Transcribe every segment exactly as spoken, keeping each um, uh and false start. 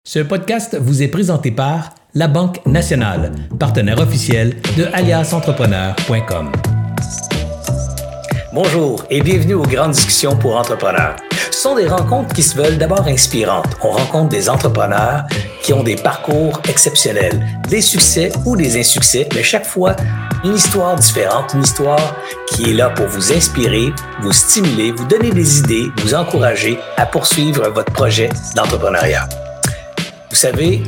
Ce podcast vous est présenté par La Banque Nationale, partenaire officiel de alias entrepreneur point com. Bonjour et bienvenue aux Grandes discussions pour entrepreneurs. Ce sont des rencontres qui se veulent d'abord inspirantes. On rencontre des entrepreneurs qui ont des parcours exceptionnels, des succès ou des insuccès, mais chaque fois, une histoire différente, une histoire qui est là pour vous inspirer, vous stimuler, vous donner des idées, vous encourager à poursuivre votre projet d'entrepreneuriat. Vous savez,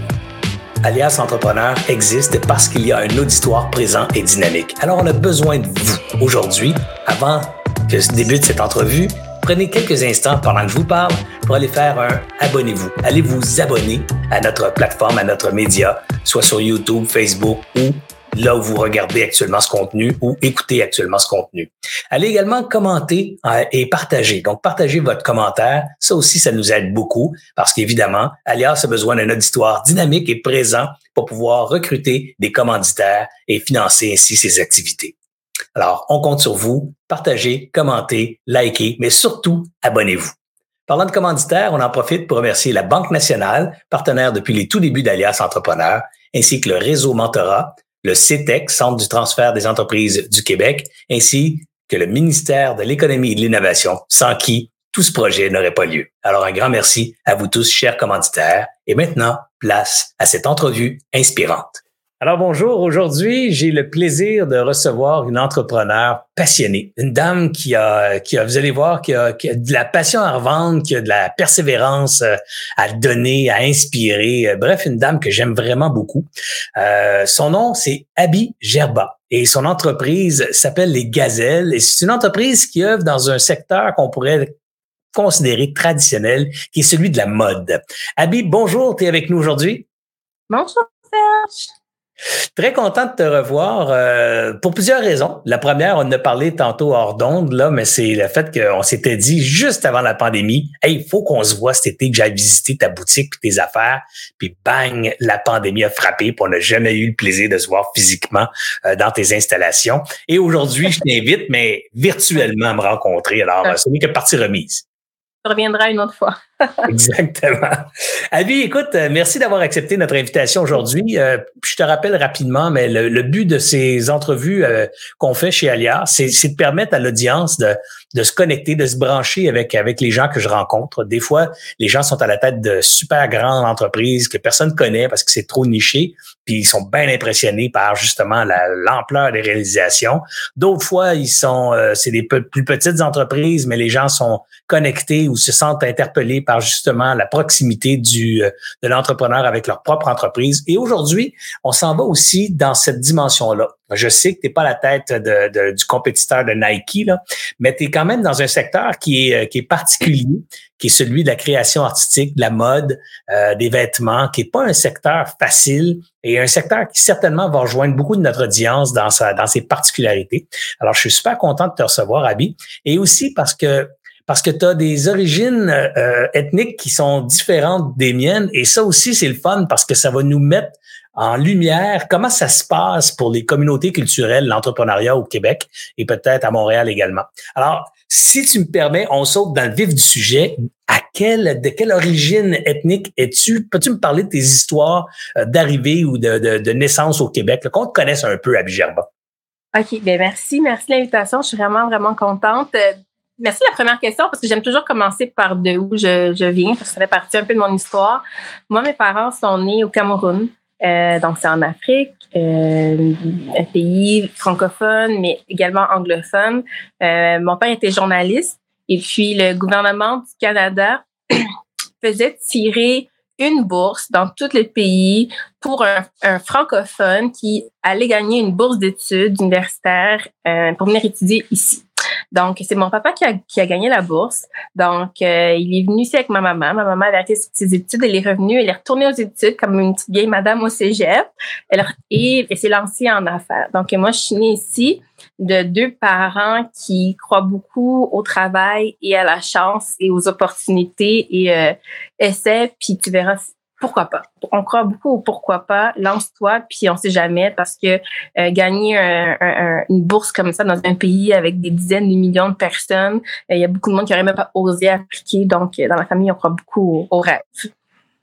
Alias Entrepreneur existe parce qu'il y a un auditoire présent et dynamique. Alors, on a besoin de vous aujourd'hui. Avant que se débute cette entrevue, prenez quelques instants pendant que je vous parle pour aller faire un « abonnez-vous ». Allez vous abonner à notre plateforme, à notre média, soit sur YouTube, Facebook ou là où vous regardez actuellement ce contenu ou écoutez actuellement ce contenu. Allez également commenter et partager. Donc, partagez votre commentaire. Ça aussi, ça nous aide beaucoup parce qu'évidemment, Alias a besoin d'un auditoire dynamique et présent pour pouvoir recruter des commanditaires et financer ainsi ses activités. Alors, on compte sur vous. Partagez, commentez, likez, mais surtout, abonnez-vous. Parlant de commanditaires, on en profite pour remercier la Banque Nationale, partenaire depuis les tout débuts d'Alias Entrepreneur, ainsi que le réseau Mentorat, le C E T E C, Centre du transfert des entreprises du Québec, ainsi que le ministère de l'Économie et de l'Innovation, sans qui tout ce projet n'aurait pas lieu. Alors, un grand merci à vous tous, chers commanditaires. Et maintenant, place à cette entrevue inspirante. Alors, bonjour. Aujourd'hui, j'ai le plaisir de recevoir une entrepreneure passionnée, une dame qui a, qui a, vous allez voir, qui a, qui a de la passion à revendre, qui a de la persévérance à donner, à inspirer. Bref, une dame que j'aime vraiment beaucoup. Euh, son nom, c'est Abby Gerba et son entreprise s'appelle Les Gazelles et c'est une entreprise qui œuvre dans un secteur qu'on pourrait considérer traditionnel, qui est celui de la mode. Abby, bonjour, tu es avec nous aujourd'hui? Bonjour, Serge. Très content de te revoir euh, pour plusieurs raisons. La première, on en a parlé tantôt hors d'onde, là, mais c'est le fait qu'on s'était dit juste avant la pandémie, « Hey, il faut qu'on se voit cet été, que j'aille visiter ta boutique puis tes affaires. » Puis bang, la pandémie a frappé puis on n'a jamais eu le plaisir de se voir physiquement euh, dans tes installations. Et aujourd'hui, je t'invite, mais virtuellement à me rencontrer. Alors, ce n'est que partie remise. Tu reviendras une autre fois. Exactement. Abby, écoute, merci d'avoir accepté notre invitation aujourd'hui. Euh, je te rappelle rapidement, mais le, le but de ces entrevues euh, qu'on fait chez Alias, c'est, c'est de permettre à l'audience de, de se connecter, de se brancher avec, avec les gens que je rencontre. Des fois, les gens sont à la tête de super grandes entreprises que personne ne connaît parce que c'est trop niché, puis ils sont bien impressionnés par justement la, l'ampleur des réalisations. D'autres fois, ils sont, euh, c'est des peu, plus petites entreprises, mais les gens sont connectés ou se sentent interpellés par justement la proximité du de l'entrepreneur avec leur propre entreprise. Et aujourd'hui, on s'en va aussi dans cette dimension-là. Je sais que tu n'es pas à la tête de, de, du compétiteur de Nike, là, mais tu es quand même dans un secteur qui est, qui est particulier, qui est celui de la création artistique, de la mode, euh, des vêtements, qui n'est pas un secteur facile et un secteur qui certainement va rejoindre beaucoup de notre audience dans, sa, dans ses particularités. Alors, je suis super content de te recevoir, Abby, et aussi parce que Parce que tu as des origines euh, ethniques qui sont différentes des miennes. Et ça aussi, c'est le fun parce que ça va nous mettre en lumière comment ça se passe pour les communautés culturelles, l'entrepreneuriat au Québec et peut-être à Montréal également. Alors, si tu me permets, on saute dans le vif du sujet. À quelle, de quelle origine ethnique es-tu? Peux-tu me parler de tes histoires euh, d'arrivée ou de, de, de naissance au Québec, là, qu'on te connaisse un peu, Abby Gerba? OK, bien merci. Merci de l'invitation. Je suis vraiment, vraiment contente. Merci de la première question parce que j'aime toujours commencer par de où je, je viens parce que ça fait partie un peu de mon histoire. Moi, mes parents sont nés au Cameroun, euh, donc c'est en Afrique, euh, un pays francophone mais également anglophone. Euh, mon père était journaliste et puis le gouvernement du Canada faisait tirer une bourse dans tout le pays pour un, un francophone qui allait gagner une bourse d'études universitaires euh, pour venir étudier ici. Donc, c'est mon papa qui a, qui a gagné la bourse. Donc, euh, il est venu ici avec ma maman. Ma maman avait arrêté ses études, elle est revenue, elle est retournée aux études comme une petite vieille madame au cégep. Elle a, et elle s'est lancée en affaires. Donc, moi, je suis née ici de deux parents qui croient beaucoup au travail et à la chance et aux opportunités et euh, essaient, puis tu verras pourquoi pas. On croit beaucoup au pourquoi pas, lance-toi, puis on sait jamais parce que euh, gagner un, un, une bourse comme ça dans un pays avec des dizaines de millions de personnes, il euh, y a beaucoup de monde qui n'aurait même pas osé appliquer. Donc, dans la famille, on croit beaucoup au, au rêve.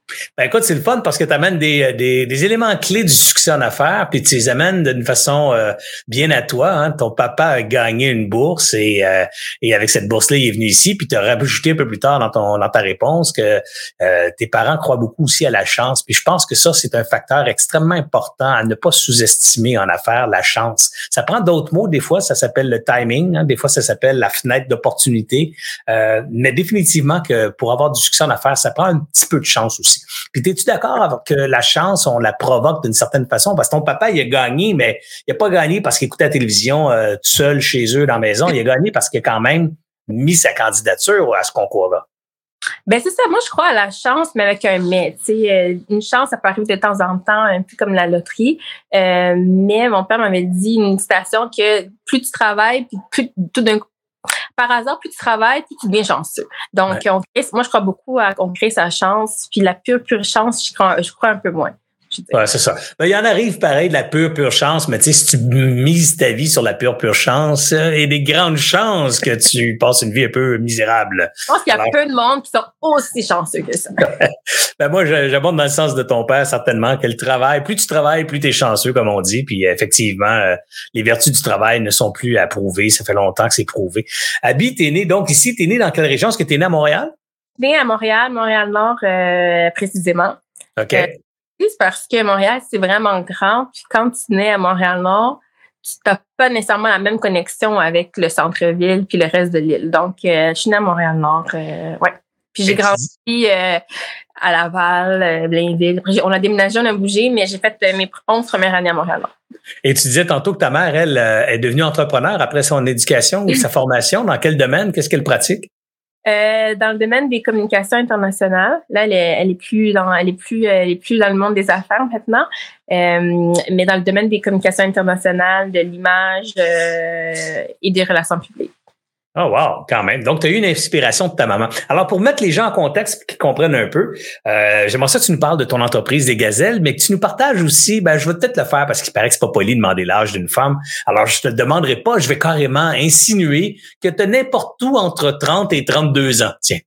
Ben écoute, c'est le fun parce que tu amènes des, des, des éléments clés du succès en affaires, puis tu les amènes d'une façon euh, bien à toi. Hein. Ton papa a gagné une bourse et, euh, et avec cette bourse-là, il est venu ici, puis tu as rajouté un peu plus tard dans, ton, dans ta réponse que euh, tes parents croient beaucoup aussi à la chance. Puis je pense que ça, c'est un facteur extrêmement important à ne pas sous-estimer en affaires, la chance. Ça prend d'autres mots, des fois, ça s'appelle le timing, hein, des fois, ça s'appelle la fenêtre d'opportunité, euh, mais définitivement que pour avoir du succès en affaires, ça prend un petit peu de chance aussi. Puis, es-tu d'accord avec que la chance, on la provoque d'une certaine façon? Parce que ton papa, il a gagné, mais il a pas gagné parce qu'il écoutait la télévision euh, tout seul chez eux dans la maison. Il a gagné parce qu'il a quand même mis sa candidature à ce concours-là. Ben c'est ça. Moi, je crois à la chance, mais avec un mais. Tu sais, une chance, ça peut arriver de temps en temps, un peu comme la loterie. Euh, mais mon père m'avait dit une citation que plus tu travailles, puis plus tout d'un coup, par hasard, plus tu travailles, plus tu deviens chanceux. Donc, ouais. on crée, moi, je crois beaucoup à qu'on crée sa chance. Puis la pure, pure chance, je crois, je crois un peu moins. Ouais, c'est ça. Ben, il y en arrive pareil de la pure, pure chance, mais tu sais, si tu mises ta vie sur la pure, pure chance, il y a des grandes chances que tu passes une vie un peu misérable. Je pense qu'il y a Alors, peu de monde qui sont aussi chanceux que ça. Ben moi, j'abonde dans le sens de ton père, certainement, que le travail, plus tu travailles, plus tu es chanceux, comme on dit. Puis effectivement, euh, les vertus du travail ne sont plus à prouver. Ça fait longtemps que c'est prouvé. Abby, t'es né donc ici, t'es né dans quelle région? Est-ce que t'es né à Montréal? Né à Montréal, Montréal-Nord, euh, précisément. OK. Euh, c'est parce que Montréal, c'est vraiment grand. Puis quand tu nais à Montréal-Nord, tu n'as pas nécessairement la même connexion avec le centre-ville puis le reste de l'île. Donc, euh, je suis née à Montréal-Nord. Euh, ouais. Puis j'ai grandi euh, à Laval, euh, Blainville. Après, on a déménagé, on a bougé, mais j'ai fait euh, mes onze premières années à Montréal-Nord. Et tu disais tantôt que ta mère, elle, est devenue entrepreneur après son éducation ou sa formation. Dans quel domaine? Qu'est-ce qu'elle pratique? Euh, dans le domaine des communications internationales, là, elle est, elle est plus dans, elle est plus, elle est plus dans le monde des affaires maintenant, euh, mais dans le domaine des communications internationales, de l'image euh, et des relations publiques. Oh wow, quand même. Donc, tu as eu une inspiration de ta maman. Alors, pour mettre les gens en contexte, qu'ils comprennent un peu, euh, j'aimerais ça que tu nous parles de ton entreprise des Gazelles, mais que tu nous partages aussi, ben, je vais peut-être le faire parce qu'il paraît que c'est pas poli de demander l'âge d'une femme. Alors, je te le demanderai pas, je vais carrément insinuer que tu as n'importe où entre trente et trente-deux ans. Tiens.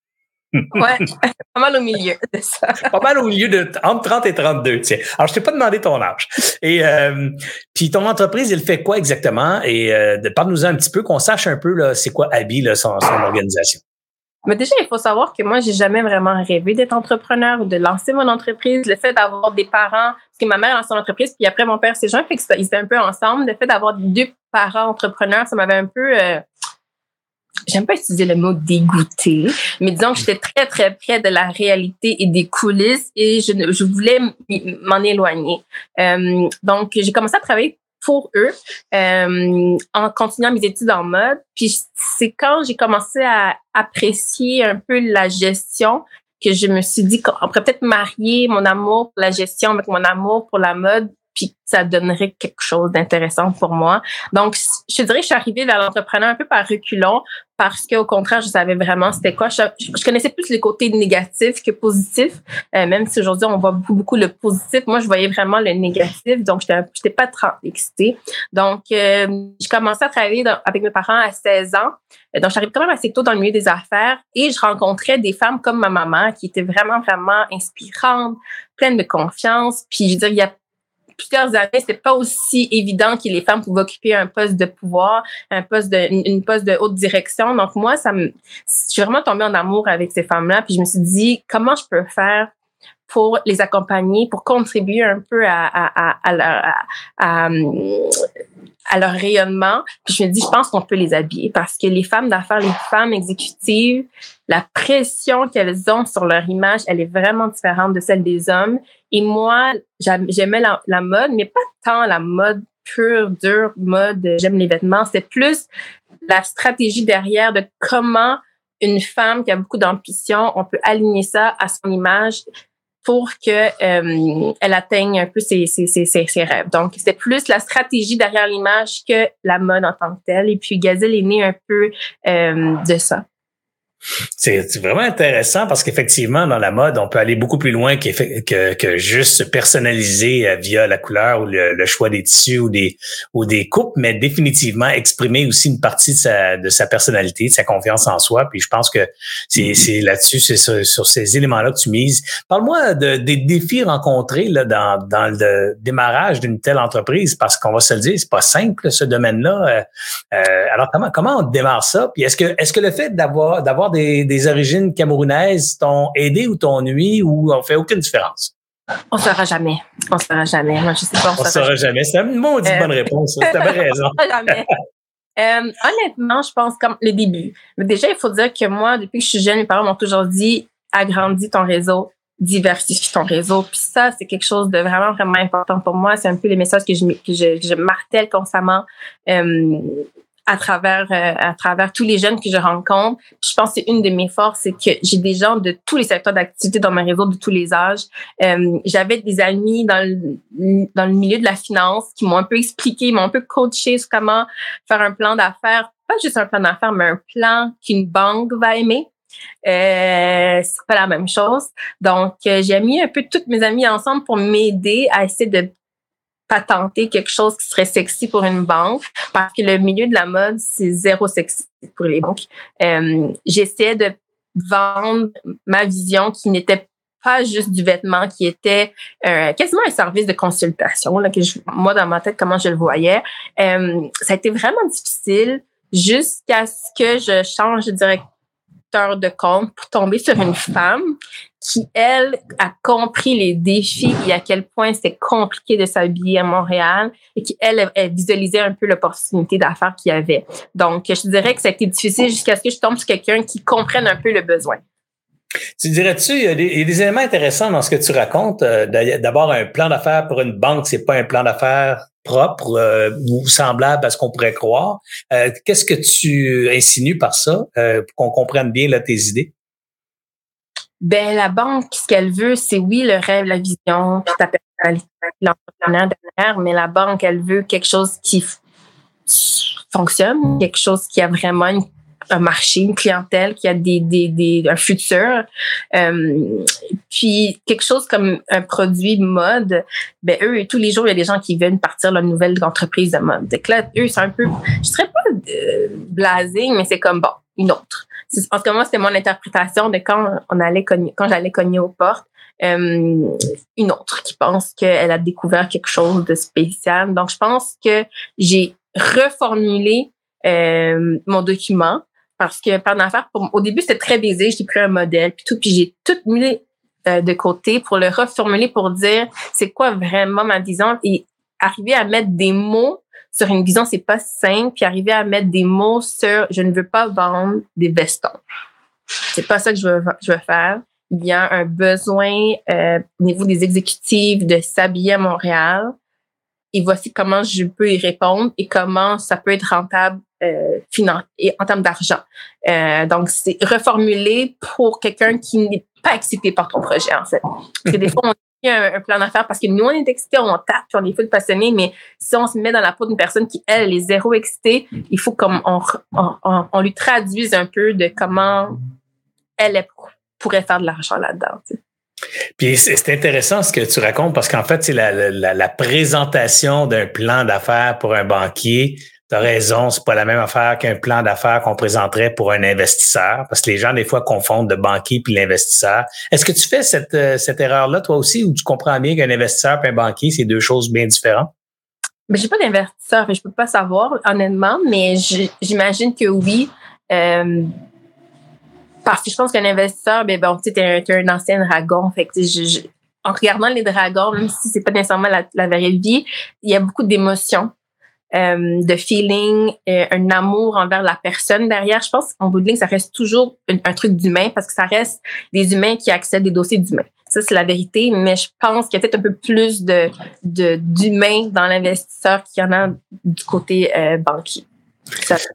Ouais, pas mal au milieu de ça. Pas mal au milieu de entre trente et trente-deux, tiens. Alors, je t'ai pas demandé ton âge. Et euh, puis ton entreprise, elle fait quoi exactement? Et euh, parle-nous un petit peu, qu'on sache un peu là, c'est quoi Abby, là, son, son organisation. Mais déjà, il faut savoir que moi, j'ai jamais vraiment rêvé d'être entrepreneur ou de lancer mon entreprise. Le fait d'avoir des parents, parce que ma mère a lancé son entreprise, puis après mon père s'est joint, fait qu'ils étaient un peu ensemble. Le fait d'avoir deux parents entrepreneurs, ça m'avait un peu euh, j'aime pas utiliser le mot dégoûté, mais disons que j'étais très, très près de la réalité et des coulisses et je, je voulais m'en éloigner. Euh, donc, j'ai commencé à travailler pour eux euh, en continuant mes études en mode. Puis, c'est quand j'ai commencé à apprécier un peu la gestion que je me suis dit qu'on pourrait peut-être marier mon amour pour la gestion avec mon amour pour la mode, puis ça donnerait quelque chose d'intéressant pour moi. Donc, je dirais que je suis arrivée vers l'entrepreneur un peu par reculons parce qu'au contraire, je savais vraiment c'était quoi. Je, je connaissais plus les côtés négatifs que positifs, euh, même si aujourd'hui, on voit beaucoup, beaucoup le positif. Moi, je voyais vraiment le négatif, donc je n'étais pas trop excitée. Donc, euh, j'ai commencé à travailler dans, avec mes parents à seize ans. Donc, j'arrive quand même assez tôt dans le milieu des affaires et je rencontrais des femmes comme ma maman qui étaient vraiment, vraiment inspirantes, pleines de confiance. Puis, je veux dire, il y a plusieurs années, c'était pas aussi évident que les femmes pouvaient occuper un poste de pouvoir, un poste de, une, une poste de haute direction. Donc, moi, ça me, je suis vraiment tombée en amour avec ces femmes-là. Puis, je me suis dit, comment je peux faire pour les accompagner, pour contribuer un peu à, à, à, à, leur, à, à, à leur rayonnement. Puis, je me dis, je pense qu'on peut les habiller parce que les femmes d'affaires, les femmes exécutives, la pression qu'elles ont sur leur image, elle est vraiment différente de celle des hommes. Et moi, j'aimais la, la mode, mais pas tant la mode pure, dure, mode, j'aime les vêtements. C'était plus la stratégie derrière de comment une femme qui a beaucoup d'ambition, on peut aligner ça à son image pour que euh, elle atteigne un peu ses, ses, ses, ses rêves. Donc, c'était plus la stratégie derrière l'image que la mode en tant que telle. Et puis, Gazelle est née un peu euh, de ça. C'est, c'est vraiment intéressant parce qu'effectivement, dans la mode, on peut aller beaucoup plus loin que, que juste se personnaliser euh, via la couleur ou le, le choix des tissus ou des ou des coupes, mais définitivement exprimer aussi une partie de sa de sa personnalité, de sa confiance en soi. Puis je pense que c'est, c'est là-dessus, c'est sur, sur ces éléments-là que tu mises. Parle-moi de, des défis rencontrés là dans dans le démarrage d'une telle entreprise, parce qu'on va se le dire, c'est pas simple ce domaine-là. Euh, alors comment comment on démarre ça? Puis est-ce que est-ce que le fait d'avoir d'avoir Des, des origines camerounaises t'ont aidé ou t'ont nuit ou on fait aucune différence? On ne saura jamais. On ne saura jamais. Moi, je sais pas. On ne saura jamais. C'est une maudite euh... bonne réponse. Tu avais raison. On saura jamais. euh, honnêtement, je pense comme le début. Mais déjà, il faut dire que moi, depuis que je suis jeune, mes parents m'ont toujours dit agrandis ton réseau, diversifie ton réseau. Puis ça, c'est quelque chose de vraiment, vraiment important pour moi. C'est un peu les messages que je, que je, que je martèle constamment. Euh, à travers euh, à travers tous les jeunes que je rencontre. Je pense que c'est une de mes forces, c'est que j'ai des gens de tous les secteurs d'activité dans mon réseau, de tous les âges. Euh, j'avais des amis dans le, dans le milieu de la finance qui m'ont un peu expliqué, m'ont un peu coaché sur comment faire un plan d'affaires. Pas juste un plan d'affaires, mais un plan qu'une banque va aimer. Euh, c'est pas la même chose. Donc, euh, j'ai mis un peu toutes mes amies ensemble pour m'aider à essayer de patenter quelque chose qui serait sexy pour une banque, parce que le milieu de la mode, c'est zéro sexy pour les banques. Euh, j'essayais de vendre ma vision qui n'était pas juste du vêtement, qui était euh, quasiment un service de consultation, là, que je, moi, dans ma tête, comment je le voyais. Euh, ça a été vraiment difficile jusqu'à ce que je change de directeur de compte pour tomber sur une femme qui, elle, a compris les défis et à quel point c'était compliqué de s'habiller à Montréal et qui, elle, elle visualisait un peu l'opportunité d'affaires qu'il y avait. Donc, je dirais que ça a été difficile jusqu'à ce que je tombe sur quelqu'un qui comprenne un peu le besoin. Tu dirais-tu, il y a des, il y a des éléments intéressants dans ce que tu racontes. Euh, d'abord, un plan d'affaires pour une banque, c'est pas un plan d'affaires propre euh, ou semblable à ce qu'on pourrait croire. Euh, qu'est-ce que tu insinues par ça euh, pour qu'on comprenne bien là, tes idées? Ben, la banque, ce qu'elle veut, c'est oui, le rêve, la vision, puis ta personnalité, l'entrepreneur derrière, mais la banque, elle veut quelque chose qui f- fonctionne, quelque chose qui a vraiment une un marché, une clientèle qui a des, des, des, un futur. Euh, puis, quelque chose comme un produit de mode, ben eux, tous les jours, il y a des gens qui viennent partir leur nouvelle entreprise de mode. Donc là, eux, c'est un peu, je serais pas euh, blasée, mais c'est comme, bon, une autre. C'est, en tout cas, moi, c'était mon interprétation de quand on allait cogner, quand j'allais cogner aux portes. Euh, une autre qui pense qu'elle a découvert quelque chose de spécial. Donc, je pense que j'ai reformulé euh, mon document. Parce que plan d'affaires, au début, c'était très baisé. J'ai pris un modèle, puis tout, puis j'ai tout mis euh, de côté pour le reformuler, pour dire c'est quoi vraiment ma vision. Et arriver à mettre des mots sur une vision, c'est pas simple. Puis arriver à mettre des mots sur je ne veux pas vendre des vestons. C'est pas ça que je veux, je veux faire. Il y a un besoin euh, au niveau des exécutifs de s'habiller à Montréal. Et voici comment je peux y répondre et comment ça peut être rentable euh, finan- et en termes d'argent. Euh, donc, c'est reformulé pour quelqu'un qui n'est pas excité par ton projet, en fait. Parce que des fois, on a un, un plan d'affaires parce que nous, on est excités, on tape, puis on est full passionnés, mais si on se met dans la peau d'une personne qui, elle, elle est zéro excitée, il faut qu'on on, on, on, on lui traduise un peu de comment elle, elle pourrait faire de l'argent là-dedans, tu sais. Puis c'est intéressant ce que tu racontes parce qu'en fait, c'est la, la, la présentation d'un plan d'affaires pour un banquier. Tu as raison, c'est pas la même affaire qu'un plan d'affaires qu'on présenterait pour un investisseur parce que les gens, des fois, confondent le banquier puis l'investisseur. Est-ce que tu fais cette, cette erreur-là, toi aussi, ou tu comprends bien qu'un investisseur et un banquier, c'est deux choses bien différentes? Ben, j'ai pas d'investisseur et je peux pas savoir, honnêtement, mais j'imagine que oui. Euh, Parce que je pense qu'un investisseur, ben bon, tu sais, t'es un, t'es un ancien dragon. Fait que, je, je, en regardant les dragons, même si c'est pas nécessairement la, la vraie vie, il y a beaucoup d'émotions, euh, de feeling, euh, un amour envers la personne derrière. Je pense qu'en bout de ligne, ça reste toujours un, un truc d'humain parce que ça reste des humains qui accèdent des dossiers d'humains. Ça, c'est la vérité, mais je pense qu'il y a peut-être un peu plus de, de d'humain dans l'investisseur qu'il y en a du côté euh, banquier. Ça,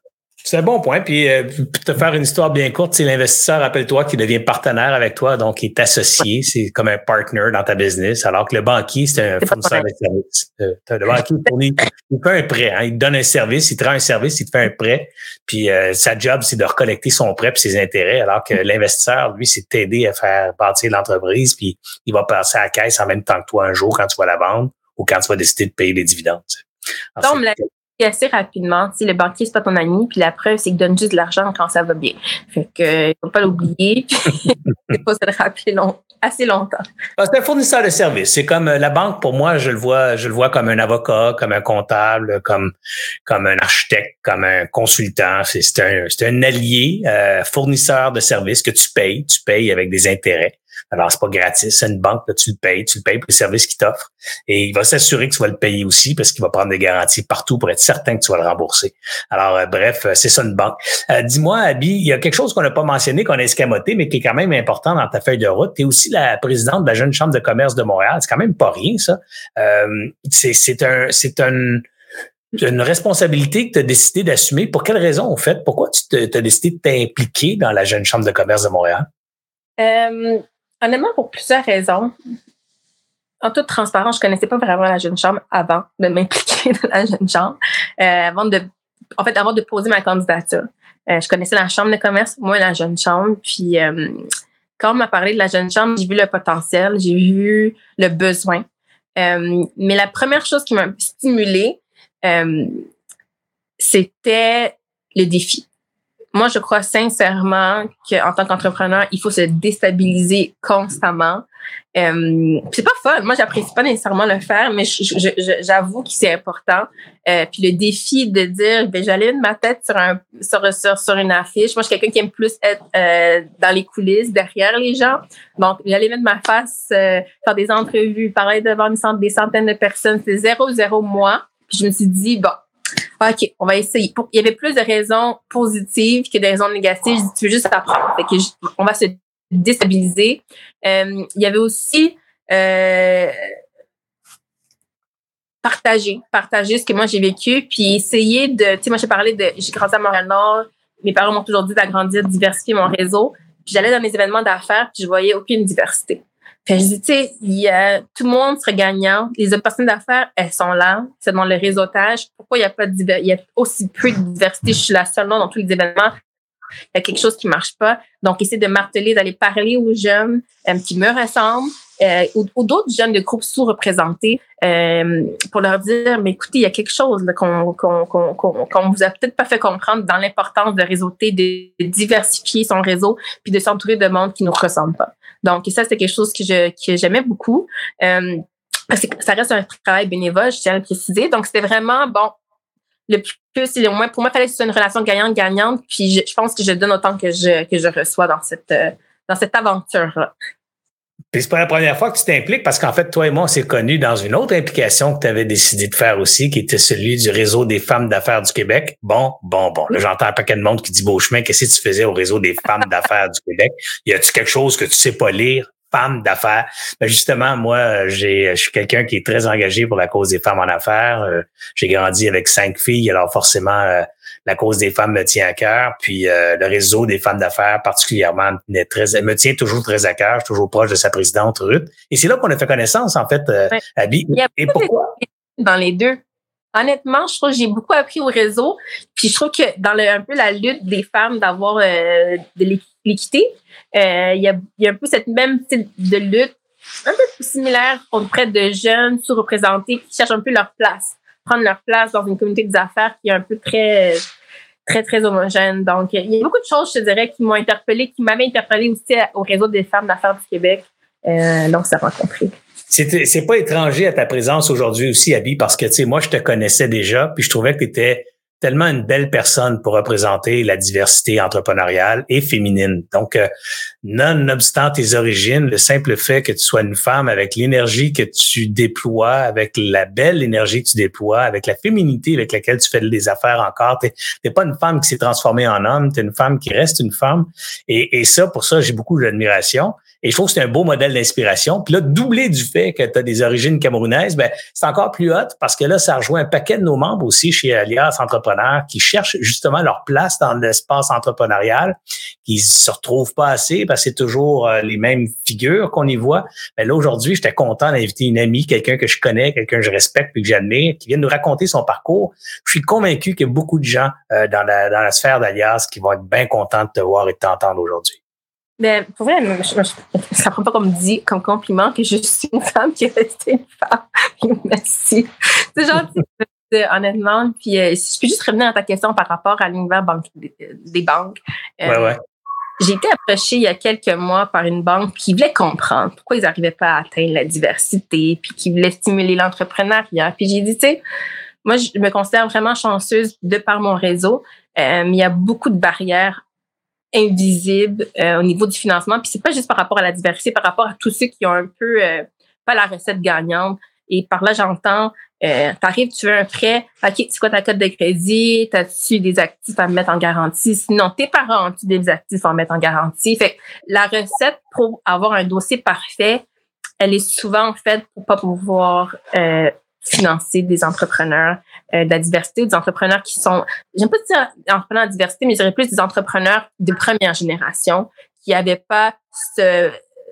C'est un bon point. Puis, euh, pour te faire une histoire bien courte, c'est l'investisseur, rappelle-toi, qui devient partenaire avec toi, donc il est associé. C'est comme un partner dans ta business, alors que le banquier, c'est un c'est fournisseur de services. Euh, le banquier, il, fournit, il fait un prêt. Hein, il te donne un service, il te rend un service, il te fait un prêt. Puis, euh, sa job, c'est de recollecter son prêt puis ses intérêts, alors que l'investisseur, lui, c'est t'aider à faire bâtir l'entreprise, puis il va passer à la caisse en même temps que toi un jour quand tu vas la vendre ou quand tu vas décider de payer les dividendes. Alors, Donc, assez rapidement, tu sais, le banquier, c'est pas ton ami, puis la preuve, c'est qu'il donne juste de l'argent quand ça va bien. Fait que, il faut pas l'oublier, puis c'est pas se le rappeler long, assez longtemps. C'est un fournisseur de services. C'est comme la banque, pour moi, je le vois, je le vois comme un avocat, comme un comptable, comme, comme un architecte, comme un consultant. C'est, c'est un, c'est un allié, euh, fournisseur de services que tu payes. Tu payes avec des intérêts. Alors, c'est pas gratis. C'est une banque, là, tu le payes. Tu le payes pour les services qu'il t'offre. Et il va s'assurer que tu vas le payer aussi parce qu'il va prendre des garanties partout pour être certain que tu vas le rembourser. Alors, euh, bref, c'est ça une banque. Euh, dis-moi, Abby, il y a quelque chose qu'on n'a pas mentionné, qu'on a escamoté, mais qui est quand même important dans ta feuille de route. Tu es aussi la présidente de la Jeune Chambre de commerce de Montréal. C'est quand même pas rien, ça. Euh, c'est, c'est un, c'est un, une responsabilité que tu as décidé d'assumer. Pour quelle raison, en fait? Pourquoi tu as décidé de t'impliquer dans la Jeune Chambre de commerce de Montréal? Euh, honnêtement, pour plusieurs raisons. En toute transparence, je connaissais pas vraiment la Jeune Chambre avant de m'impliquer dans la Jeune Chambre. Euh, avant de, en fait, avant de poser ma candidature. Euh, je connaissais la Chambre de commerce, moi la Jeune Chambre. Puis euh, quand on m'a parlé de la Jeune Chambre, j'ai vu le potentiel, j'ai vu le besoin. Euh, mais la première chose qui m'a stimulée, euh, c'était le défi. Moi, je crois sincèrement qu'en tant qu'entrepreneur, il faut se déstabiliser constamment. Euh, c'est pas fun. Moi, j'apprécie pas nécessairement le faire, mais je, je, je, j'avoue que c'est important. Euh, puis le défi de dire, ben j'allais mettre ma tête sur un sur, sur sur une affiche. Moi, je suis quelqu'un qui aime plus être euh, dans les coulisses, derrière les gens. Donc, j'allais mettre ma face, euh, faire des entrevues, parler devant une centaine, des centaines de personnes. C'est zéro zéro moi. Puis je me suis dit, bon. OK, on va essayer. Il y avait plus de raisons positives que de raisons négatives. Je dis, tu veux juste apprendre. Fait que je, on va se déstabiliser. Euh, il y avait aussi euh, partager, partager ce que moi j'ai vécu, puis essayer de, tu sais, moi j'ai parlé de, j'ai grandi à Montréal-Nord, mes parents m'ont toujours dit d'agrandir, de diversifier mon réseau. Puis j'allais dans les événements d'affaires, puis je voyais aucune diversité. Puis je dis, tu sais, il y a, tout le monde serait gagnant. Les autres personnes d'affaires, elles sont là. C'est dans le réseautage. Pourquoi il y a pas de diver- il y a aussi peu de diversité? Je suis la seule là dans tous les événements. Il y a quelque chose qui marche pas. Donc, essayer de marteler, d'aller parler aux jeunes euh, qui me ressemblent euh, ou, ou d'autres jeunes de groupes sous-représentés euh, pour leur dire, mais écoutez, il y a quelque chose là, qu'on, qu'on, qu'on, qu'on, qu'on vous a peut-être pas fait comprendre dans l'importance de réseauter, de, de diversifier son réseau puis de s'entourer de monde qui nous ressemble pas. Donc, ça, c'est quelque chose que, je, que j'aimais beaucoup. Euh, parce que ça reste un travail bénévole, je tiens à le préciser. Donc, c'était vraiment, bon, le plus et le moins. Pour moi, il fallait que ce soit une relation gagnante-gagnante. Puis, je, je pense que je donne autant que je, que je reçois dans cette, euh, dans cette aventure-là. Puis c'est pas la première fois que tu t'impliques parce qu'en fait, toi et moi, on s'est connus dans une autre implication que tu avais décidé de faire aussi, qui était celui du Réseau des femmes d'affaires du Québec. Bon, bon, bon. Là, j'entends un paquet de monde qui dit, Beauchemin, qu'est-ce que tu faisais au Réseau des femmes d'affaires du Québec? Y a-tu quelque chose que tu sais pas lire? Femmes d'affaires. Ben justement, moi, j'ai, je suis quelqu'un qui est très engagé pour la cause des femmes en affaires. Euh, j'ai grandi avec cinq filles, alors forcément, euh, la cause des femmes me tient à cœur. Puis euh, le réseau des femmes d'affaires, particulièrement, me, très, me tient toujours très à cœur. Je suis toujours proche de sa présidente, Ruth. Et c'est là qu'on a fait connaissance, en fait, euh, ouais. Abby. Et pourquoi? Dans les deux. Honnêtement, je trouve que j'ai beaucoup appris au réseau. Puis je trouve que dans le, un peu la lutte des femmes d'avoir euh, de l'équité, euh, il y, a, il y a un peu cette même style de lutte, un peu plus similaire auprès de jeunes sous-représentés qui cherchent un peu leur place, prendre leur place dans une communauté des affaires qui est un peu très, très, très homogène. Donc, il y a beaucoup de choses, je te dirais, qui m'ont interpellée, qui m'avaient interpellée aussi au réseau des femmes d'affaires du Québec. Euh, donc, ça m'a rencontré. C'est, c'est pas étranger à ta présence aujourd'hui aussi, Abby, parce que, tu sais, moi, je te connaissais déjà, puis je trouvais que tu étais tellement une belle personne pour représenter la diversité entrepreneuriale et féminine. Donc, euh, nonobstant tes origines, le simple fait que tu sois une femme avec l'énergie que tu déploies, avec la belle énergie que tu déploies, avec la féminité avec laquelle tu fais des affaires encore, t'es, t'es pas une femme qui s'est transformée en homme, t'es une femme qui reste une femme. Et, et ça, pour ça, j'ai beaucoup d'admiration. Et je trouve que c'est un beau modèle d'inspiration. Puis là, doublé du fait que tu as des origines camerounaises, ben c'est encore plus hot parce que là, ça rejoint un paquet de nos membres aussi chez Alias Entrepreneurs qui cherchent justement leur place dans l'espace entrepreneurial, qui se retrouvent pas assez parce que c'est toujours euh, les mêmes figures qu'on y voit. Ben là, aujourd'hui, j'étais content d'inviter une amie, quelqu'un que je connais, quelqu'un que je respecte et que j'admire, qui vient nous raconter son parcours. Je suis convaincu qu'il y a beaucoup de gens euh, dans la dans la sphère d'Alias qui vont être bien contents de te voir et de t'entendre aujourd'hui. Mais pour vrai, je, je, ça prend pas comme dit, comme compliment que je suis une femme qui est restée une femme. Merci. C'est gentil, honnêtement. Puis, euh, si je peux juste revenir à ta question par rapport à l'univers banque, des, des banques. Euh, ouais, ouais. J'ai été approchée il y a quelques mois par une banque qui voulait comprendre pourquoi ils n'arrivaient pas à atteindre la diversité, puis qui voulait stimuler l'entrepreneuriat. Puis j'ai dit, tu sais, moi, je me considère vraiment chanceuse de par mon réseau. Euh, il y a beaucoup de barrières invisible euh, au niveau du financement. Puis c'est pas juste par rapport à la diversité, par rapport à tous ceux qui ont un peu euh, pas la recette gagnante. Et par là, j'entends, euh, t'arrives, tu veux un prêt, OK, c'est quoi ta cote de crédit? T'as-tu des actifs à mettre en garantie? Sinon, tes parents ont-tu des actifs à mettre en garantie? Fait que la recette pour avoir un dossier parfait, elle est souvent faite pour pas pouvoir euh, financer des entrepreneurs euh, de la diversité ou des entrepreneurs qui sont, j'aime pas dire entrepreneurs de diversité, mais je dirais plus des entrepreneurs de première génération qui avaient pas ce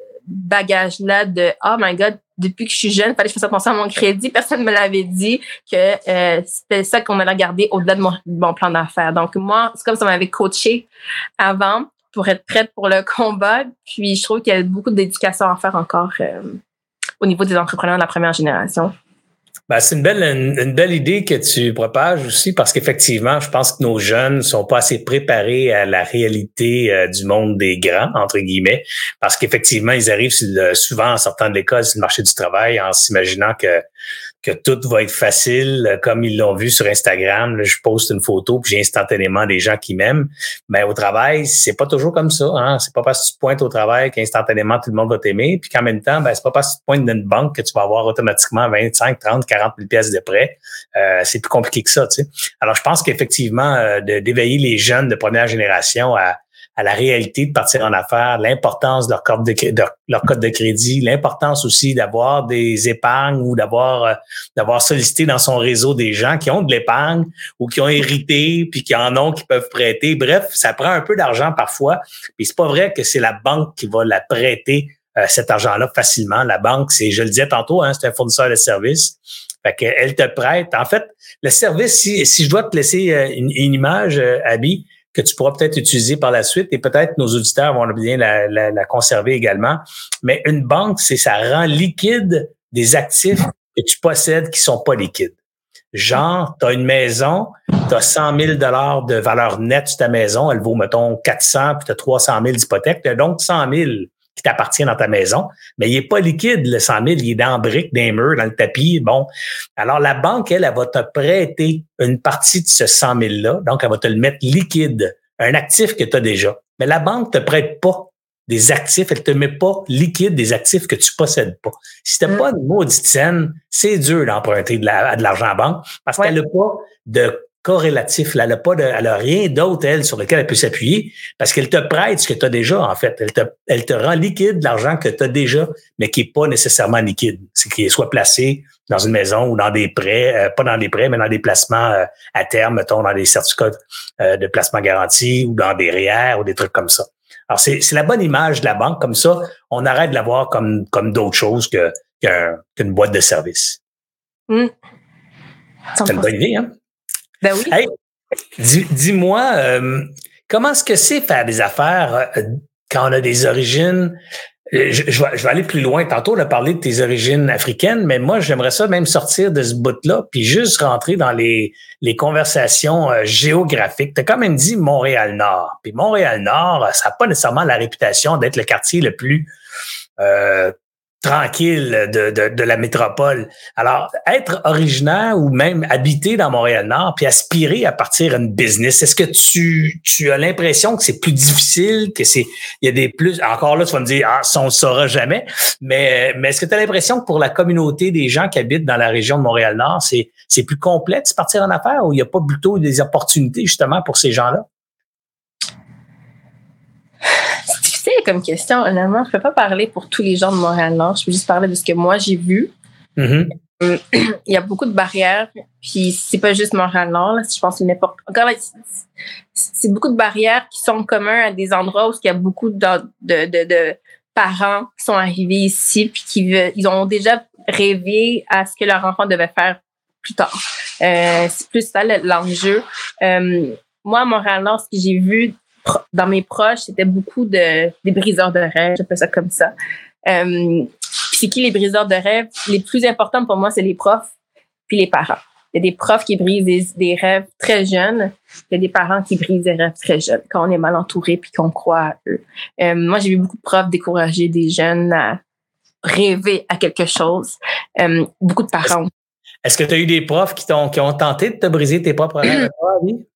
bagage-là de « Oh my God, depuis que je suis jeune, il fallait que je fasse attention à mon crédit. Personne ne me l'avait dit que euh, c'était ça qu'on allait garder au-delà de mon, de mon plan d'affaires. » Donc moi, c'est comme ça qu'on m'avait coaché avant pour être prête pour le combat. Puis je trouve qu'il y a beaucoup d'éducation à faire encore euh, au niveau des entrepreneurs de la première génération. Ben, c'est une belle, une, une belle idée que tu propages aussi parce qu'effectivement, je pense que nos jeunes sont pas assez préparés à la réalité euh, du monde des grands, entre guillemets, parce qu'effectivement, ils arrivent le, souvent en sortant de l'école sur le marché du travail en s'imaginant que que tout va être facile, comme ils l'ont vu sur Instagram. Là, je poste une photo puis j'ai instantanément des gens qui m'aiment. Mais au travail, c'est pas toujours comme ça. Hein? C'est pas parce que tu te pointes au travail qu'instantanément tout le monde va t'aimer. Puis qu'en même temps, ben c'est pas parce que tu te pointes dans une banque que tu vas avoir automatiquement vingt-cinq, trente, quarante mille pièces de prêt. Euh, c'est plus compliqué que ça. Tu sais. Alors je pense qu'effectivement, euh, de, d'éveiller les jeunes de première génération à à la réalité de partir en affaires, l'importance de leur code de, de leur code de crédit, l'importance aussi d'avoir des épargnes ou d'avoir euh, d'avoir sollicité dans son réseau des gens qui ont de l'épargne ou qui ont hérité puis qui en ont, qui peuvent prêter. Bref, ça prend un peu d'argent parfois. Puis c'est pas vrai que c'est la banque qui va la prêter euh, cet argent-là facilement. La banque, c'est, je le disais tantôt, hein, c'est un fournisseur de services. Fait qu'elle te prête. En fait, le service, si, si je dois te laisser une, une image, euh, Abby, que tu pourras peut-être utiliser par la suite et peut-être nos auditeurs vont bien la, la, la conserver également. Mais une banque, c'est ça rend liquide des actifs que tu possèdes qui sont pas liquides. Genre, tu as une maison, tu as cent mille dollars de valeur nette sur ta maison, elle vaut, mettons, quatre cents, puis tu as trois cent mille d'hypothèque, tu as donc cent mille qui t'appartient dans ta maison, mais il est pas liquide, le cent mille, il est dans le brique, dans les murs, dans le tapis. Bon, alors la banque, elle, elle va te prêter une partie de ce cent mille-là, donc elle va te le mettre liquide, un actif que tu as déjà. Mais la banque te prête pas des actifs, elle te met pas liquide des actifs que tu possèdes pas. Si t'as mmh. pas une maudite scène, c'est dur d'emprunter de, la, de l'argent en banque parce ouais. qu'elle n'a pas de corrélatif. Elle n'a pas de, elle a rien d'autre, elle, sur lequel elle peut s'appuyer parce qu'elle te prête ce que tu as déjà, en fait. Elle te, elle te rend liquide l'argent que tu as déjà, mais qui est pas nécessairement liquide. C'est qu'il soit placé dans une maison ou dans des prêts, euh, pas dans des prêts, mais dans des placements euh, à terme, mettons, dans des certificats euh, de placement garanti ou dans des R E E R ou des trucs comme ça. Alors, c'est, c'est la bonne image de la banque. Comme ça, on arrête de la voir comme, comme d'autres choses que, qu'un, qu'une boîte de service. Mmh. C'est une bonne idée, hein? Ben oui. Hey, dis, dis-moi, euh, comment est-ce que c'est faire des affaires euh, quand on a des origines? Je, je, vais, je vais aller plus loin. Tantôt, on a parlé de tes origines africaines, mais moi, j'aimerais ça même sortir de ce bout-là puis juste rentrer dans les, les conversations euh, géographiques. Tu as quand même dit Montréal-Nord. Puis Montréal-Nord, ça n'a pas nécessairement la réputation d'être le quartier le plus euh, tranquille de, de, de la métropole. Alors, être originaire ou même habiter dans Montréal-Nord puis aspirer à partir une business, est-ce que tu, tu as l'impression que c'est plus difficile, que c'est, il y a des plus, encore là, tu vas me dire, ah, ça, on le saura jamais, mais, mais est-ce que tu as l'impression que pour la communauté des gens qui habitent dans la région de Montréal-Nord, c'est, c'est plus complexe de partir en affaires ou il n'y a pas plutôt des opportunités justement pour ces gens-là? Comme question, honnêtement, je ne peux pas parler pour tous les gens de Montréal-Nord. Je peux juste parler de ce que moi, j'ai vu. Mm-hmm. Il y a beaucoup de barrières, puis c'est pas juste Montréal-Nord. Là, je pense que n'importe... Encore, c'est beaucoup de barrières qui sont communes à des endroits où il y a beaucoup de, de, de, de parents qui sont arrivés ici, puis qui veulent, ils ont déjà rêvé à ce que leur enfant devait faire plus tard. Euh, c'est plus ça l'enjeu. Euh, moi, à Montréal-Nord, ce que j'ai vu dans mes proches, c'était beaucoup de des briseurs de rêves, j'appelle ça comme ça. Euh, c'est qui les briseurs de rêves? Les plus importants pour moi, c'est les profs puis les parents. Il y a des profs qui brisent des, des rêves très jeunes, il y a des parents qui brisent des rêves très jeunes quand on est mal entouré puis qu'on croit à eux. Euh, moi, j'ai vu beaucoup de profs décourager des jeunes à rêver à quelque chose. Euh, beaucoup de parents. Est-ce que tu as eu des profs qui t'ont qui ont tenté de te briser tes propres rêves? Oui.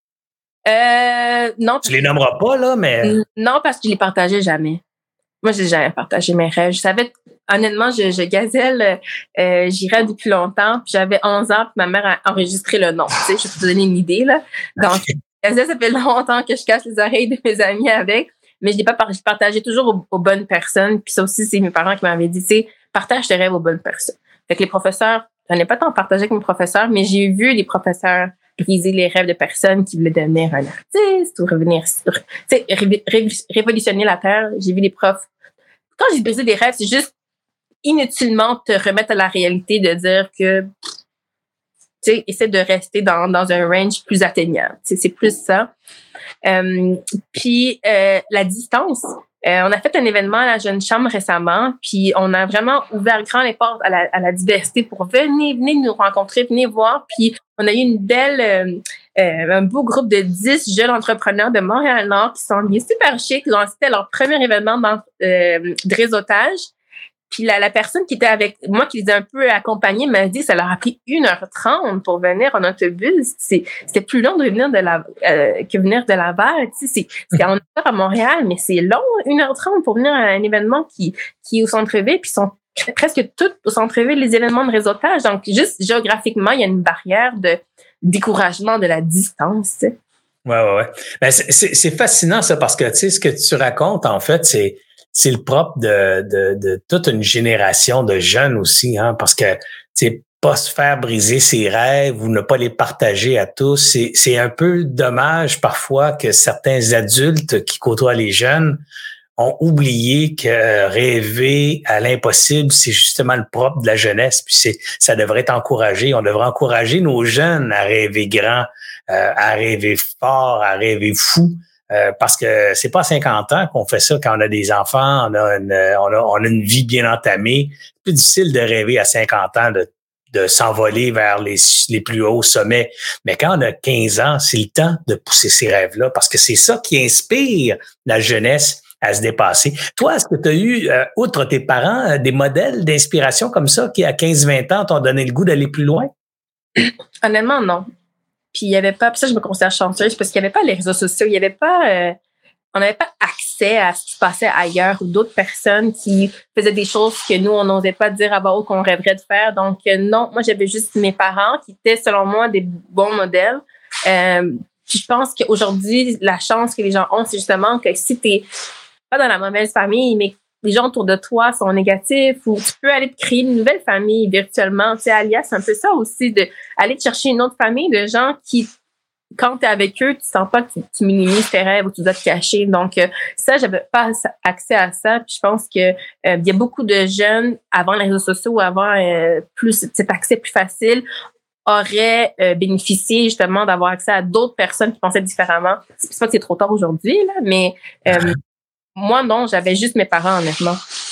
Euh, non. Tu les nommeras pas, là, mais... Non, parce que je les partageais jamais. Moi, j'ai jamais partagé mes rêves. Je savais, honnêtement, je, je gazelle, euh, j'irais depuis longtemps, puis j'avais onze ans, puis ma mère a enregistré le nom. Tu sais, je vais te donner une idée, là. Donc, gazelle, ça fait longtemps que je casse les oreilles de mes amis avec, mais je l'ai pas partagé. Je partageais toujours aux, aux bonnes personnes, puis ça aussi, c'est mes parents qui m'avaient dit, tu sais, partage tes rêves aux bonnes personnes. Fait que les professeurs, j'en ai pas tant partagé avec mes professeurs, mais j'ai vu les professeurs briser les rêves de personnes qui voulaient devenir un artiste ou revenir sur, tu sais, ré, ré, révolutionner la Terre. J'ai vu les profs. Quand j'ai brisé des rêves, c'est juste inutilement te remettre à la réalité de dire que, tu sais, essaie de rester dans, dans un range plus atteignable. Tu sais, c'est plus ça. Euh, puis, euh, la distance. Euh, on a fait un événement à la Jeune Chambre récemment, puis on a vraiment ouvert grand les portes à la, à la diversité pour venir, venir nous rencontrer, venir voir. Puis on a eu une belle, euh, euh, un beau groupe de dix jeunes entrepreneurs de Montréal-Nord qui sont venus super chics. Ils ont assisté leur premier événement dans, euh, de réseautage. Puis la, la personne qui était avec moi, qui les a un peu accompagnés, m'a dit que ça leur a pris une heure trente pour venir en autobus. C'est, c'était plus long de venir de la, euh, que venir de Laval. Tu sais, c'est, c'est en heure à Montréal, mais c'est long, une heure trente pour venir à un événement qui, qui est au centre-ville, puis sont presque toutes au centre-ville, les événements de réseautage. Donc, juste géographiquement, il y a une barrière de découragement de la distance. Tu sais. Ouais, ouais, ouais. Ben, c'est, c'est, c'est fascinant, ça, parce que, tu sais, ce que tu racontes, en fait, c'est, c'est le propre de, de, de toute une génération de jeunes aussi, hein, parce que, tu sais, pas se faire briser ses rêves ou ne pas les partager à tous, c'est, c'est un peu dommage parfois que certains adultes qui côtoient les jeunes ont oublié que rêver à l'impossible, c'est justement le propre de la jeunesse, puis c'est, ça devrait être encouragé. On devrait encourager nos jeunes à rêver grand, euh, à rêver fort, à rêver fou. Euh, parce que c'est pas à cinquante ans qu'on fait ça quand on a des enfants, on a une, on a, on a une vie bien entamée. C'est plus difficile de rêver à cinquante ans de, de s'envoler vers les, les plus hauts sommets. Mais quand on a quinze ans, c'est le temps de pousser ces rêves-là parce que c'est ça qui inspire la jeunesse à se dépasser. Toi, est-ce que tu as eu, euh, outre tes parents, euh, des modèles d'inspiration comme ça qui, à quinze vingt ans, t'ont donné le goût d'aller plus loin? Honnêtement, non. Puis il y avait pas, puis ça je me considère chanceuse parce qu'il y avait pas les réseaux sociaux, il y avait pas, euh, on n'avait pas accès à ce qui se passait ailleurs ou d'autres personnes qui faisaient des choses que nous on n'osait pas dire à voix haute qu'on rêverait de faire. Donc euh, non, moi j'avais juste mes parents qui étaient selon moi des bons modèles. Euh, puis je pense qu'aujourd'hui la chance que les gens ont, c'est justement que si t'es pas dans la mauvaise famille, mais les gens autour de toi sont négatifs ou tu peux aller te créer une nouvelle famille virtuellement. Tu sais, Alia, c'est un peu ça aussi, de aller te chercher une autre famille de gens qui, quand tu es avec eux, tu sens pas que tu, tu minimises tes rêves ou tu dois te cacher. Donc, euh, ça, j'avais pas accès à ça. Puis je pense que euh, il y a beaucoup de jeunes, avant les réseaux sociaux ou avant euh, plus cet accès plus facile, auraient euh, bénéficié justement d'avoir accès à d'autres personnes qui pensaient différemment. C'est pas que c'est trop tard aujourd'hui, là, mais... Euh, Moi, non, j'avais juste mes parents, honnêtement.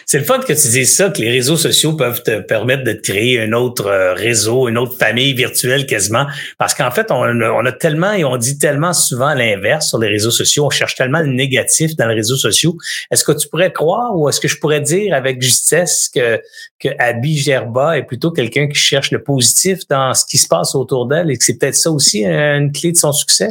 c'est le fun que tu dises ça, que les réseaux sociaux peuvent te permettre de te créer un autre euh, réseau, une autre famille virtuelle quasiment. Parce qu'en fait, on, on a tellement et on dit tellement souvent l'inverse sur les réseaux sociaux. On cherche tellement le négatif dans les réseaux sociaux. Est-ce que tu pourrais croire ou est-ce que je pourrais dire avec justesse que, que Abby Gerba est plutôt quelqu'un qui cherche le positif dans ce qui se passe autour d'elle et que c'est peut-être ça aussi une clé de son succès?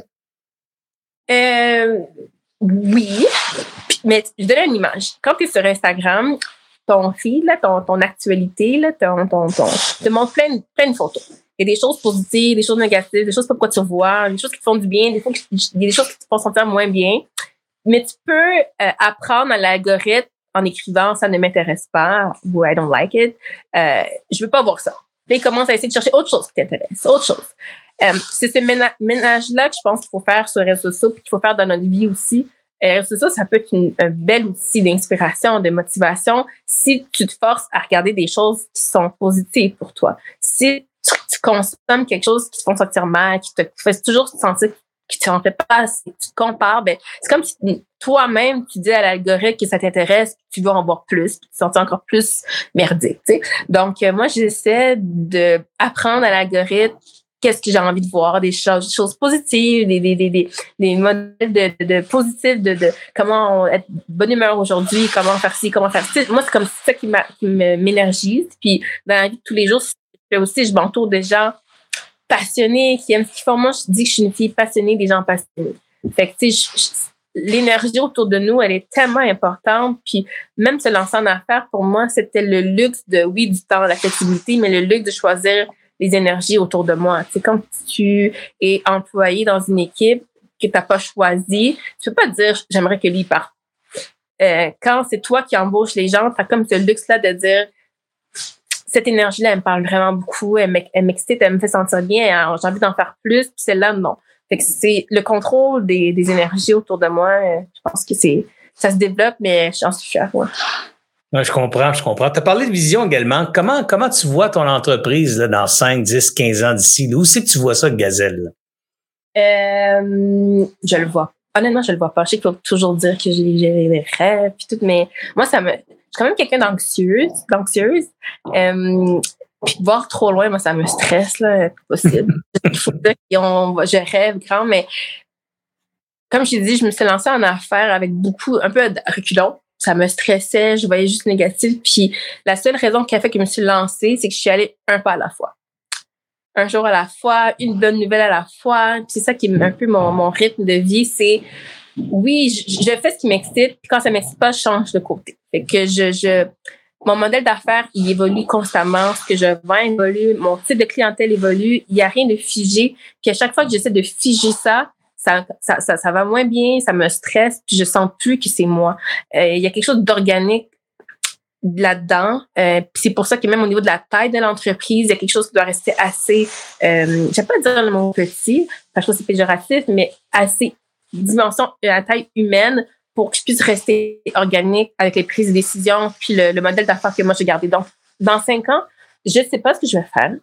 Euh, oui. Mais je donne une image. Quand tu es sur Instagram, ton feed, là, ton, ton actualité, là, ton, ton, ton, te montre plein, plein de photos. Il y a des choses positives, des choses négatives, des choses pas quoi tu vois, des choses qui te font du bien, des fois, il y a des choses qui te font sentir moins bien. Mais tu peux euh, apprendre à l'algorithme en écrivant « ça ne m'intéresse pas » ou « I don't like it euh, ». Je veux pas voir ça. Puis il commence à essayer de chercher autre chose qui t'intéresse, autre chose. Euh, c'est ce ména- ménage-là que je pense qu'il faut faire sur les réseaux sociaux puis qu'il faut faire dans notre vie aussi. Euh, c'est ça, ça peut être une, un bel outil d'inspiration, de motivation si tu te forces à regarder des choses qui sont positives pour toi. Si tu, tu consommes quelque chose qui te fait sentir mal, qui te fait toujours sentir que tu n'en fais pas assez, tu te compares, ben, c'est comme si toi-même, tu dis à l'algorithme que ça t'intéresse, puis tu veux en voir plus, puis tu te sens encore plus merdique, tu sais. Donc, euh, moi, j'essaie de apprendre à l'algorithme qu'est-ce que j'ai envie de voir, des choses, des choses positives, des, des, des, des, des modèles de, de, de positifs, de, de comment être de bonne humeur aujourd'hui, comment faire ci, comment faire ci. Moi, c'est comme ça qui, m'a, qui m'énergise. Puis, dans la vie de tous les jours, je aussi, je m'entoure de gens passionnés, qui aiment ce qu'ils font. Moi, je dis que je suis une fille passionnée, des gens passionnés. Fait que, tu sais, l'énergie autour de nous, elle est tellement importante. Puis, même se lancer en affaires, pour moi, c'était le luxe de, oui, du temps, la flexibilité, mais le luxe de choisir les énergies autour de moi. C'est comme si tu es employé dans une équipe que tu n'as pas choisi. Tu peux pas dire « j'aimerais que lui parte ». Euh, quand c'est toi qui embauches les gens, tu as comme ce luxe-là de dire « cette énergie-là, elle me parle vraiment beaucoup, elle m'excite, elle me fait sentir bien, j'ai envie d'en faire plus ». Puis celle-là, non. Fait que c'est le contrôle des, des énergies autour de moi. Euh, je pense que c'est ça se développe, mais j'en suis fière. Ouais. Ouais, je comprends, je comprends. Tu as parlé de vision également. Comment, comment tu vois ton entreprise là, dans cinq, dix, quinze ans d'ici? Où c'est que tu vois ça, Gazelle? Euh, je le vois. Honnêtement, je le vois pas. Je sais qu'il faut toujours dire que j'ai, j'ai des rêves et tout, mais moi, ça me, je suis quand même quelqu'un d'anxieuse, d'anxieuse. Euh, puis voir trop loin, moi, ça me stresse, là, c'est possible. Il faut dire qu'on, je rêve grand, mais comme je t'ai dit, je me suis lancée en affaires avec beaucoup, un peu de reculons. Ça me stressait, je voyais juste négatif. Puis la seule raison qui a fait que je me suis lancée, c'est que je suis allée un pas à la fois. Un jour à la fois, une bonne nouvelle à la fois. Puis c'est ça qui est un peu mon, mon rythme de vie. C'est, oui, je, je fais ce qui m'excite. Puis quand ça m'excite pas, je change de côté. Fait que je, je, mon modèle d'affaires, il évolue constamment. Ce que je vends évolue. Mon type de clientèle évolue. Il y a rien de figé. Puis à chaque fois que j'essaie de figer ça, Ça, ça, ça, ça va moins bien, ça me stresse, puis je sens plus que c'est moi. Euh, il y a quelque chose d'organique là-dedans. Euh, puis c'est pour ça que même au niveau de la taille de l'entreprise, il y a quelque chose qui doit rester assez, euh, je vais pas dire le mot petit, parce que c'est péjoratif, mais assez dimension à taille humaine pour que je puisse rester organique avec les prises de décision, puis le, le modèle d'affaires que moi j'ai gardé. Donc, dans cinq ans, je sais pas ce que je vais faire.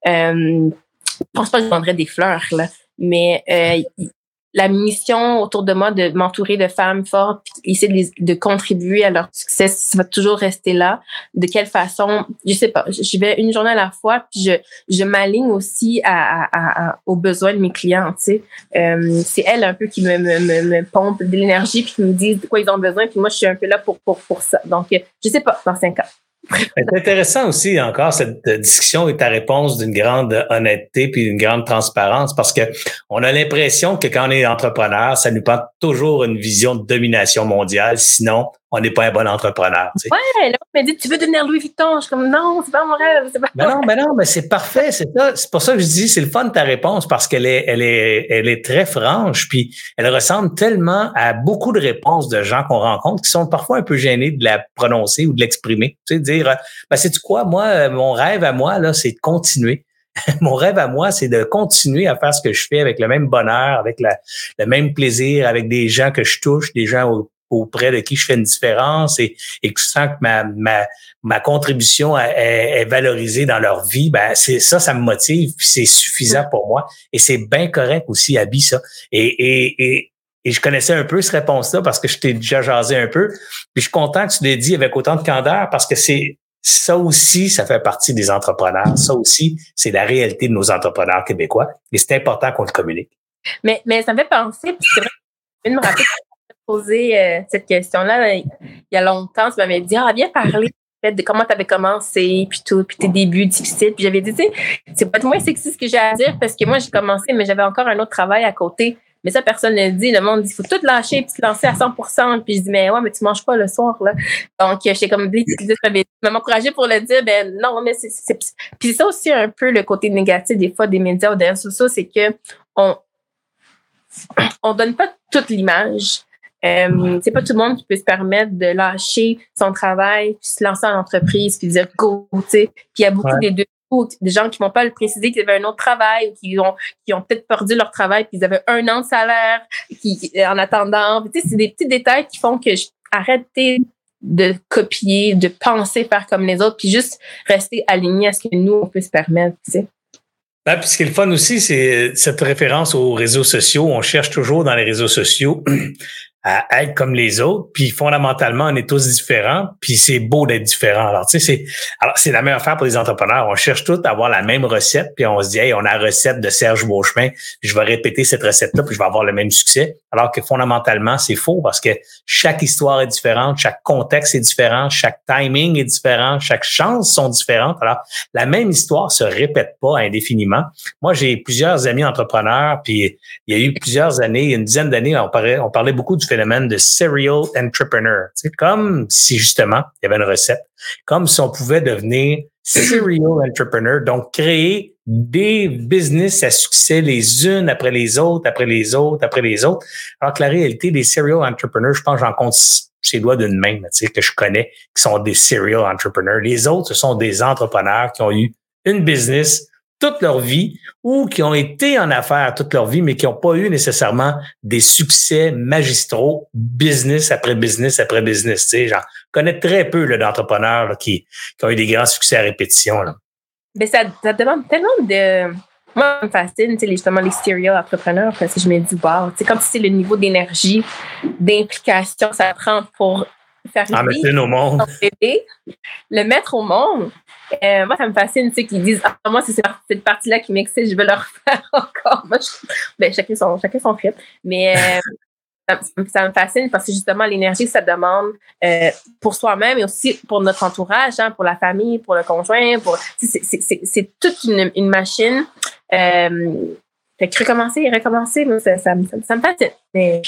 Euh, je pense pas que je vendrais des fleurs, là, mais euh, la mission autour de moi de m'entourer de femmes fortes puis essayer de, les, de contribuer à leur succès, ça va toujours rester là. De quelle façon, je sais pas, je vais une journée à la fois puis je je m'aligne aussi à, à, à aux besoins de mes clients, tu sais. Euh, c'est elle un peu qui me me, me, me pompe de l'énergie puis qui me dit de quoi ils ont besoin puis moi je suis un peu là pour pour pour ça. Donc je sais pas dans cinq ans. C'est intéressant aussi encore cette discussion et ta réponse d'une grande honnêteté puis d'une grande transparence parce que on a l'impression que quand on est entrepreneur, ça nous prend toujours une vision de domination mondiale, sinon on n'est pas un bon entrepreneur. Tu sais. Ouais, là, on m'a dit tu veux devenir Louis Vuitton, je suis comme non, c'est pas mon rêve, c'est pas. Mais non, mais non, mais c'est parfait, c'est ça. C'est pour ça que je dis c'est le fun de ta réponse parce qu'elle est, elle est, elle est très franche puis elle ressemble tellement à beaucoup de réponses de gens qu'on rencontre qui sont parfois un peu gênés de la prononcer ou de l'exprimer. Tu sais, de dire, ben sais-tu quoi, moi, mon rêve à moi là, c'est de continuer. Mon rêve à moi, c'est de continuer à faire ce que je fais avec le même bonheur, avec la, le même plaisir, avec des gens que je touche, des gens au, auprès de qui je fais une différence et, et que je sens que ma, ma, ma contribution est, est valorisée dans leur vie. Ben, c'est ça, ça me motive, puis c'est suffisant pour moi. Et c'est bien correct aussi, Abby, ça. Et, et, et, et je connaissais un peu cette réponse-là parce que je t'ai déjà jasé un peu. Puis je suis content que tu l'aies dit avec autant de candeur parce que c'est ça aussi, ça fait partie des entrepreneurs. Ça aussi, c'est la réalité de nos entrepreneurs québécois et c'est important qu'on le communique. Mais, mais ça me fait penser, puis c'est vrai, je me rappeler que tu posé euh, cette question-là il y a longtemps. Tu m'avais dit, ah, viens parler de comment tu avais commencé, puis tout, puis tes débuts difficiles. Puis j'avais dit, tu sais, c'est pas moins sexy ce que j'ai à dire parce que moi, j'ai commencé, mais j'avais encore un autre travail à côté. Mais ça, personne ne le dit. Le monde dit, il faut tout lâcher puis se lancer à cent pour cent. Puis je dis, mais ouais, mais tu manges pas le soir, là. Donc, j'étais comme dit, tu m'as encouragé pour le dire, ben non, mais c'est, c'est, c'est. Puis c'est ça aussi un peu le côté négatif des fois des médias ou des réseaux sociaux, c'est que on, on donne pas toute l'image. Euh, c'est pas tout le monde qui peut se permettre de lâcher son travail, puis se lancer en entreprise, puis dire go, tu sais. Puis il y a beaucoup ouais. des deux, des gens qui vont pas le préciser qu'ils avaient un autre travail ou qui ont qui ont peut-être perdu leur travail, puis ils avaient un an de salaire, qui en attendant. Tu sais, c'est des petits détails qui font que je, arrêtez de copier, de penser faire comme les autres, puis juste rester aligné à ce que nous on peut se permettre, tu sais. Ah, puis ce qui est le fun aussi, c'est cette référence aux réseaux sociaux. On cherche toujours dans les réseaux sociaux à être comme les autres, puis fondamentalement, on est tous différents, puis c'est beau d'être différent. Alors, tu sais, c'est alors c'est la même affaire pour les entrepreneurs. On cherche tous à avoir la même recette, puis on se dit, hey, on a la recette de Serge Beauchemin, je vais répéter cette recette-là, puis je vais avoir le même succès. Alors que fondamentalement, c'est faux parce que chaque histoire est différente, chaque contexte est différent, chaque timing est différent, chaque chance sont différentes. Alors, la même histoire se répète pas indéfiniment. Moi, j'ai plusieurs amis entrepreneurs, puis il y a eu plusieurs années, une dizaine d'années, on parlait, on parlait beaucoup du phénomène de serial entrepreneur. C'est comme si justement, il y avait une recette, comme si on pouvait devenir serial entrepreneur, donc créer des business à succès les unes après les autres, après les autres, après les autres. Alors que la réalité des serial entrepreneurs, je pense que j'en compte ces doigts d'une main, tu sais, que je connais, qui sont des serial entrepreneurs. Les autres, ce sont des entrepreneurs qui ont eu une business toute leur vie ou qui ont été en affaires toute leur vie, mais qui n'ont pas eu nécessairement des succès magistraux, business après business après business. Tu sais, j'en connais très peu là, d'entrepreneurs là, qui, qui ont eu des grands succès à répétition. Là. Mais ça, ça demande tellement de... Moi, ça me fascine, tu sais, justement, les serial entrepreneurs, parce que je me dis, wow, tu sais, comme si c'est le niveau d'énergie, d'implication, ça prend pour faire en mettre une au monde. Bébé, le mettre au monde. Euh, moi, ça me fascine, tu sais, qu'ils disent, ah, moi, c'est cette partie-là qui m'excite, je veux le refaire encore. Moi, je, ben, chacun son, chacun son trip. Mais, euh, ça, ça me fascine parce que justement, l'énergie que ça demande, euh, pour soi-même et aussi pour notre entourage, hein, pour la famille, pour le conjoint, pour, c'est, c'est, c'est, c'est toute une, une machine. Euh, fait que recommencer, recommencer, ça, ça, ça, ça me fascine. Mais,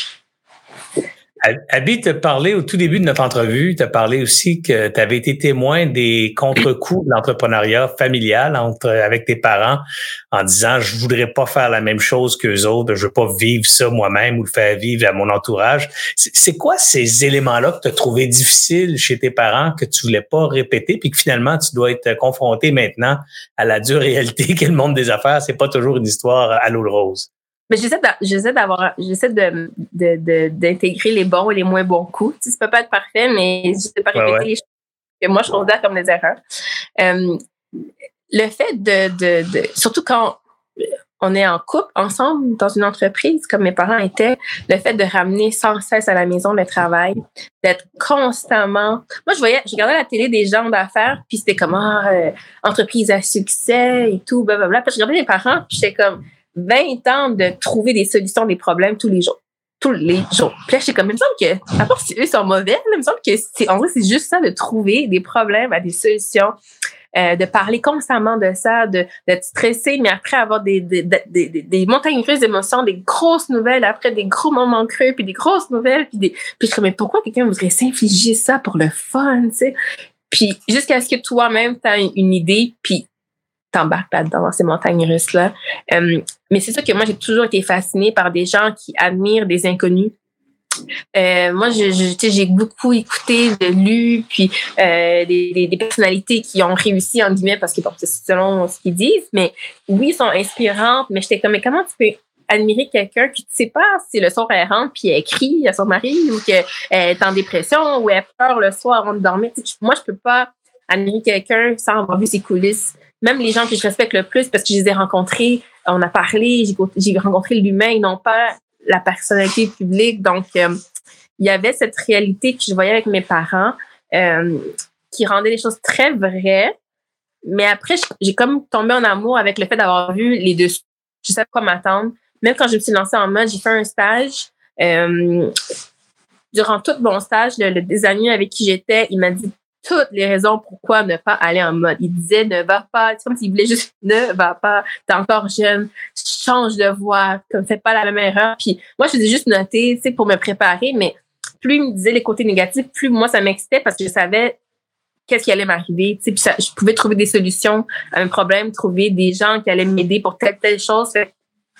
Abby t'a parlé au tout début de notre entrevue, t'a parlé aussi que tu avais été témoin des contre-coups de l'entrepreneuriat familial entre avec tes parents en disant je voudrais pas faire la même chose qu'eux autres, je veux pas vivre ça moi-même ou le faire vivre à mon entourage. C'est, c'est quoi ces éléments-là que tu as trouvé difficiles chez tes parents que tu voulais pas répéter puis que finalement tu dois être confronté maintenant à la dure réalité qu'est le monde des affaires, c'est pas toujours une histoire à l'eau de rose. Mais j'essaie, j'essaie d'avoir, j'essaie de, de, de, d'intégrer les bons et les moins bons coups. Tu sais, ça peut pas être parfait, mais je ne sais pas répéter ouais, ouais. les choses que moi, je considère comme des erreurs. Euh, le fait de, de, de, surtout quand on est en couple, ensemble, dans une entreprise, comme mes parents étaient, le fait de ramener sans cesse à la maison le travail, d'être constamment... Moi, je voyais, je regardais la télé des gens d'affaires, puis c'était comme, ah, euh, entreprise à succès et tout, blablabla. Puis je regardais mes parents, puis j'étais comme... vingt ans de trouver des solutions des problèmes tous les jours. Tous les jours. Puis là, j'étais comme, il me semble que, à part si eux sont mauvais, là, il me semble que c'est, en vrai, c'est juste ça, de trouver des problèmes à des solutions, euh, de parler constamment de ça, de, d'être stressé, mais après avoir des, des, des, des, des montagnes russes d'émotions, des grosses nouvelles, après des gros moments creux, puis des grosses nouvelles, puis des, puis je suis comme, mais pourquoi quelqu'un voudrait s'infliger ça pour le fun, tu sais? Puis jusqu'à ce que toi-même, t'as une idée, puis t'embarques là-dedans, dans ces montagnes russes-là. Euh, mais c'est ça que moi, j'ai toujours été fascinée par des gens qui admirent des inconnus. Euh, moi, je, je, j'ai beaucoup écouté, de lu, puis euh, des, des, des personnalités qui ont réussi, en guillemets, parce que bon, c'est selon ce qu'ils disent, mais oui, ils sont inspirantes, mais j'étais comme, mais comment tu peux admirer quelqu'un qui ne sait pas si le soir elle rentre puis elle crie à son mari ou qu'elle est en dépression ou elle pleure le soir avant de dormir. Moi, je peux pas admirer quelqu'un sans avoir vu ses coulisses. Même les gens que je respecte le plus parce que je les ai rencontrés, on a parlé, j'ai, j'ai rencontré l'humain, ils n'ont pas la personnalité publique. Donc, euh, il y avait cette réalité que je voyais avec mes parents euh, qui rendait les choses très vraies. Mais après, j'ai comme tombé en amour avec le fait d'avoir vu les deux. Je savais quoi m'attendre. Même quand je me suis lancée en mode, j'ai fait un stage. Euh, durant tout mon stage, le, le designer avec qui j'étais, il m'a dit toutes les raisons pourquoi ne pas aller en mode. Il disait, ne va pas. C'est comme s'il voulait juste, ne va pas. T'es encore jeune. Change de voie. Comme, fais pas la même erreur. Puis moi, je faisais juste noter, tu sais, pour me préparer. Mais plus il me disait les côtés négatifs, plus moi, ça m'excitait parce que je savais qu'est-ce qui allait m'arriver. Tu sais, puis ça, je pouvais trouver des solutions à un problème, trouver des gens qui allaient m'aider pour telle, telle chose. Fait,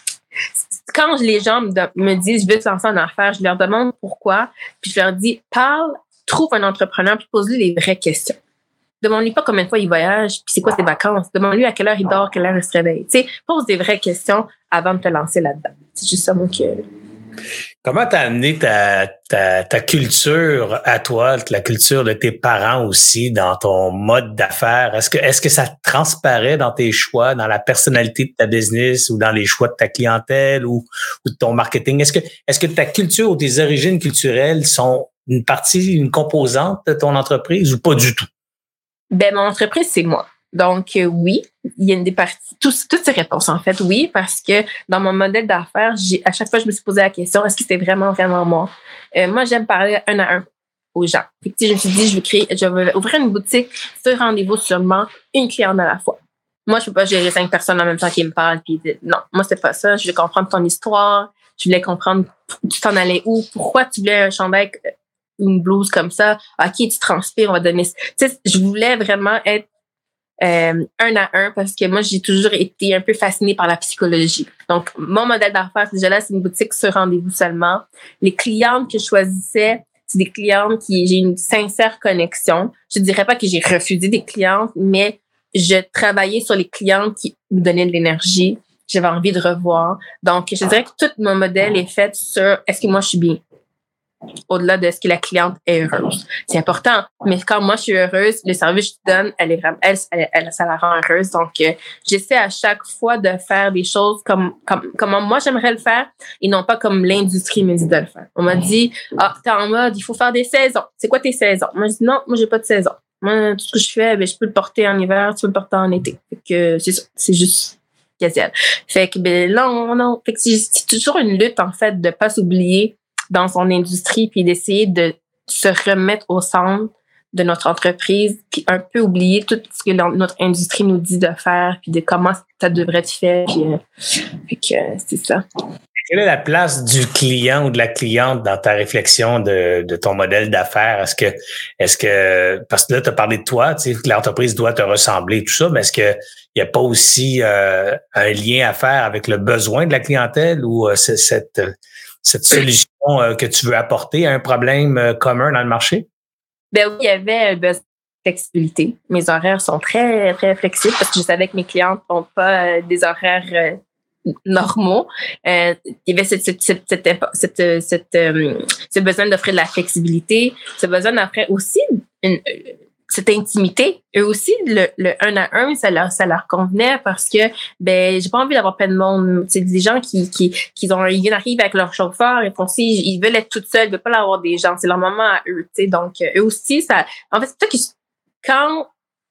quand les gens me, me disent, je veux te lancer en affaires, je leur demande pourquoi. Puis je leur dis, parle, trouve un entrepreneur, puis pose-lui les vraies questions. Demande-lui pas combien de fois il voyage, puis c'est quoi ses vacances. Demande-lui à quelle heure il dort, à quelle heure il se réveille. Tu sais, pose des vraies questions avant de te lancer là-dedans. C'est juste ça, mon cœur. Comment t'as amené ta, ta, ta culture à toi, la culture de tes parents aussi dans ton mode d'affaires? Est-ce que, est-ce que ça transparaît dans tes choix, dans la personnalité de ta business ou dans les choix de ta clientèle ou, ou de ton marketing? Est-ce que, est-ce que ta culture ou tes origines culturelles sont une partie, une composante de ton entreprise ou pas du tout? Ben, mon entreprise, c'est moi. Donc, euh, oui, il y a une des parties, tous, toutes ces réponses, en fait, oui, parce que dans mon modèle d'affaires, j'ai, à chaque fois, je me suis posé la question, est-ce que c'était vraiment, vraiment moi? Euh, moi, j'aime parler un à un aux gens. Fait que, je me suis dit, je vais créer, je vais ouvrir une boutique sur rendez-vous seulement, une cliente à la fois. Moi, je peux pas gérer cinq personnes en même temps qui me parlent, puis non, moi, c'est pas ça. Je voulais comprendre ton histoire, je voulais comprendre tu t'en allais où, pourquoi tu voulais un chandail, une blouse comme ça. OK, tu transpires, on va donner. Tu sais, je voulais vraiment être Euh, un à un parce que moi, j'ai toujours été un peu fascinée par la psychologie. Donc, mon modèle d'affaires, déjà là, c'est une boutique sur rendez-vous seulement. Les clientes que je choisissais, c'est des clientes qui, j'ai une sincère connexion. Je dirais pas que j'ai refusé des clientes, mais je travaillais sur les clientes qui me donnaient de l'énergie. J'avais envie de revoir. Donc, je dirais que tout mon modèle est fait sur est-ce que moi, je suis bien? Au-delà de ce que la cliente est heureuse. C'est important. Mais quand moi, je suis heureuse, le service que je te donne, elle est vraiment, elle, elle, elle, ça la rend heureuse. Donc, euh, j'essaie à chaque fois de faire des choses comme, comme, comment moi j'aimerais le faire et non pas comme l'industrie me dit de le faire. On m'a dit, ah, t'es en mode, il faut faire des saisons. C'est quoi tes saisons? Moi, je dis, non, moi, j'ai pas de saison. Moi, tout ce que je fais, ben, je peux le porter en hiver, tu peux le porter en été. Fait que, c'est ça. C'est juste casual. Fait que, ben, non, non. Fait que c'est, c'est toujours une lutte, en fait, de pas s'oublier dans son industrie, puis d'essayer de se remettre au centre de notre entreprise, puis un peu oublier tout ce que notre industrie nous dit de faire, puis de comment ça devrait être fait. Puis, euh, fait que, euh, c'est ça. Quelle est la place du client ou de la cliente dans ta réflexion de, de ton modèle d'affaires? Est-ce que, est-ce que, parce que là, tu as parlé de toi, tu sais, que l'entreprise doit te ressembler, tout ça, mais est-ce que il n'y a pas aussi euh, un lien à faire avec le besoin de la clientèle ou euh, c'est, cette, cette solution euh, que tu veux apporter à un problème euh, commun dans le marché? Ben oui, il y avait un besoin de flexibilité. Mes horaires sont très, très flexibles parce que je savais que mes clientes n'ont pas euh, des horaires euh, normaux. Euh, il y avait cette, cette, cette, cette, cette, cette euh, ce besoin d'offrir de la flexibilité, ce besoin d'offrir aussi une, cette intimité. Eux aussi, le, le un à un, ça leur, ça leur convenait parce que, ben, j'ai pas envie d'avoir plein de monde. C'est des gens qui, qui, qui ont, ils viennent arriver avec leur chauffeur et font si, ils veulent être toutes seuls, ils veulent pas avoir des gens. C'est leur moment à eux, tu sais. Donc, eux aussi, ça, en fait, c'est peut-être que quand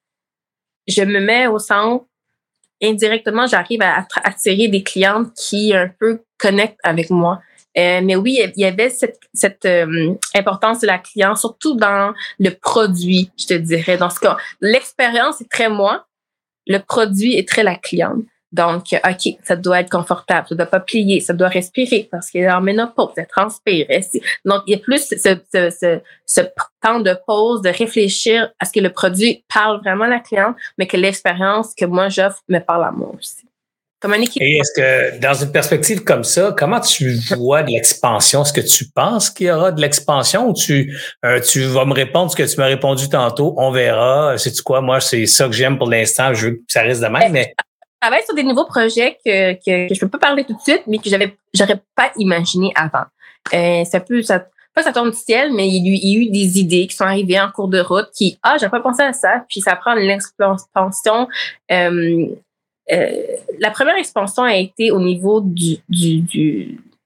je me mets au centre, indirectement, j'arrive à attirer des clientes qui un peu connectent avec moi. Euh, mais oui, il y avait cette, cette euh, importance de la cliente, surtout dans le produit, je te dirais. Dans ce cas, l'expérience est très moi, le produit est très la cliente. Donc, OK, ça doit être confortable, ça doit pas plier, ça doit respirer parce qu'il est en ménopause, ça transpire. Donc, il y a plus ce, ce, ce, ce temps de pause, de réfléchir à ce que le produit parle vraiment à la cliente, mais que l'expérience que moi j'offre me parle à moi aussi. Comme un équilibre. Et est-ce que, dans une perspective comme ça, comment tu vois de l'expansion? Est-ce que tu penses qu'il y aura de l'expansion ou tu, euh, tu vas me répondre ce que tu m'as répondu tantôt? On verra. Sais-tu quoi? Moi, c'est ça que j'aime pour l'instant. Je veux que ça reste de même, mais. Je travaille sur des nouveaux projets que, que, que je peux pas parler tout de suite, mais que j'avais, j'aurais pas imaginé avant. Euh, ça peut, ça, pas ça tombe du ciel, mais il y, il y a eu des idées qui sont arrivées en cours de route qui, ah, j'avais pas pensé à ça, puis ça prend l'expansion. Euh, Euh, la première expansion a été au niveau du, du, du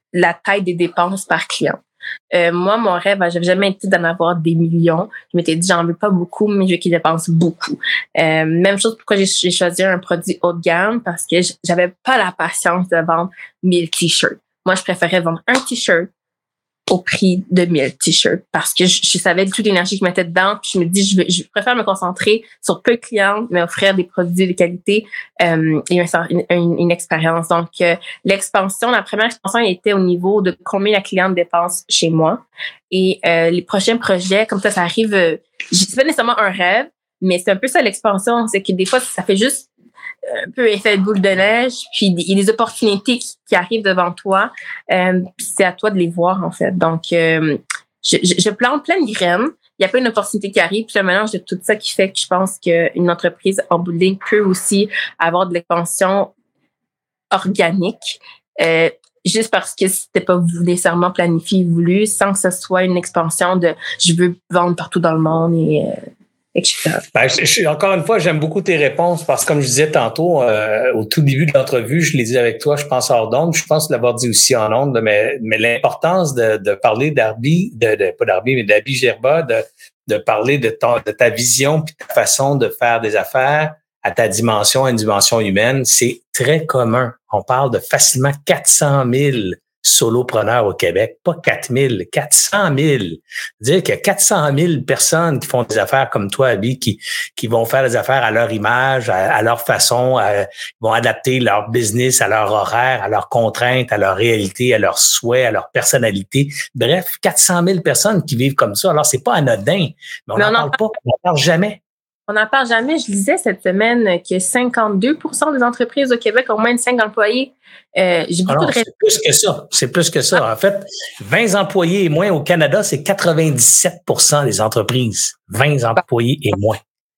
la taille des dépenses par client. Euh, moi, mon rêve, j'avais jamais été d'en avoir des millions. Je m'étais dit, j'en veux pas beaucoup, mais je veux qu'ils dépensent beaucoup. Euh, même chose pourquoi j'ai, j'ai choisi un produit haut de gamme, parce que j'avais pas la patience de vendre mille t-shirts. Moi, je préférais vendre un t-shirt au prix de mille t-shirts parce que je, je savais toute l'énergie que je mettais dedans. Puis je me dis, je, veux, je préfère me concentrer sur peu de clients, mais offrir des produits de qualité euh, et une, une, une expérience. Donc, euh, l'expansion, la première expansion était au niveau de combien la cliente dépense chez moi. Et euh, les prochains projets, comme ça, ça arrive, euh, c'est pas nécessairement un rêve, mais c'est un peu ça l'expansion, c'est que des fois, ça fait juste un peu effet de boule de neige, puis il y a des opportunités qui, qui arrivent devant toi, euh, puis c'est à toi de les voir, en fait. Donc, euh, je, je, je plante plein de graines, il y a plein d'opportunités qui arrivent, puis le mélange de tout ça qui fait que je pense qu'une entreprise en bout de ligne peut aussi avoir de l'expansion organique, euh, juste parce que c'était pas nécessairement planifié, voulu, sans que ce soit une expansion de « je veux vendre partout dans le monde » et... Euh, Ben, je, je, encore une fois, j'aime beaucoup tes réponses parce que, comme je disais tantôt, euh, au tout début de l'entrevue, je l'ai dit avec toi, je pense hors d'onde, je pense l'avoir dit aussi en onde, mais, mais l'importance de, de parler d'Arby, de, de, pas d'Arby, mais d'Arby Gerba, de, de parler de, ton, de ta vision puis ta façon de faire des affaires à ta dimension, à une dimension humaine, c'est très commun. On parle de facilement quatre cent mille solopreneurs au Québec, pas quatre mille, quatre cent mille. Dire qu'il y a quatre cent mille personnes qui font des affaires comme toi, Abby, qui qui vont faire des affaires à leur image, à, à leur façon, à, vont adapter leur business à leur horaire, à leurs contraintes, à leur réalité, à leurs souhaits, à leur personnalité. Bref, quatre cent mille personnes qui vivent comme ça. Alors, c'est pas anodin, mais on n'en parle pas, on n'en parle jamais. On n'en parle jamais. Je lisais cette semaine que cinquante-deux pour cent des entreprises au Québec ont moins de cinq employés. Euh, j'ai beaucoup Alors, de... C'est plus que ça. C'est plus que ça. Ah. En fait, vingt employés et moins au Canada, c'est quatre-vingt-dix-sept pour cent des entreprises. vingt employés et moins.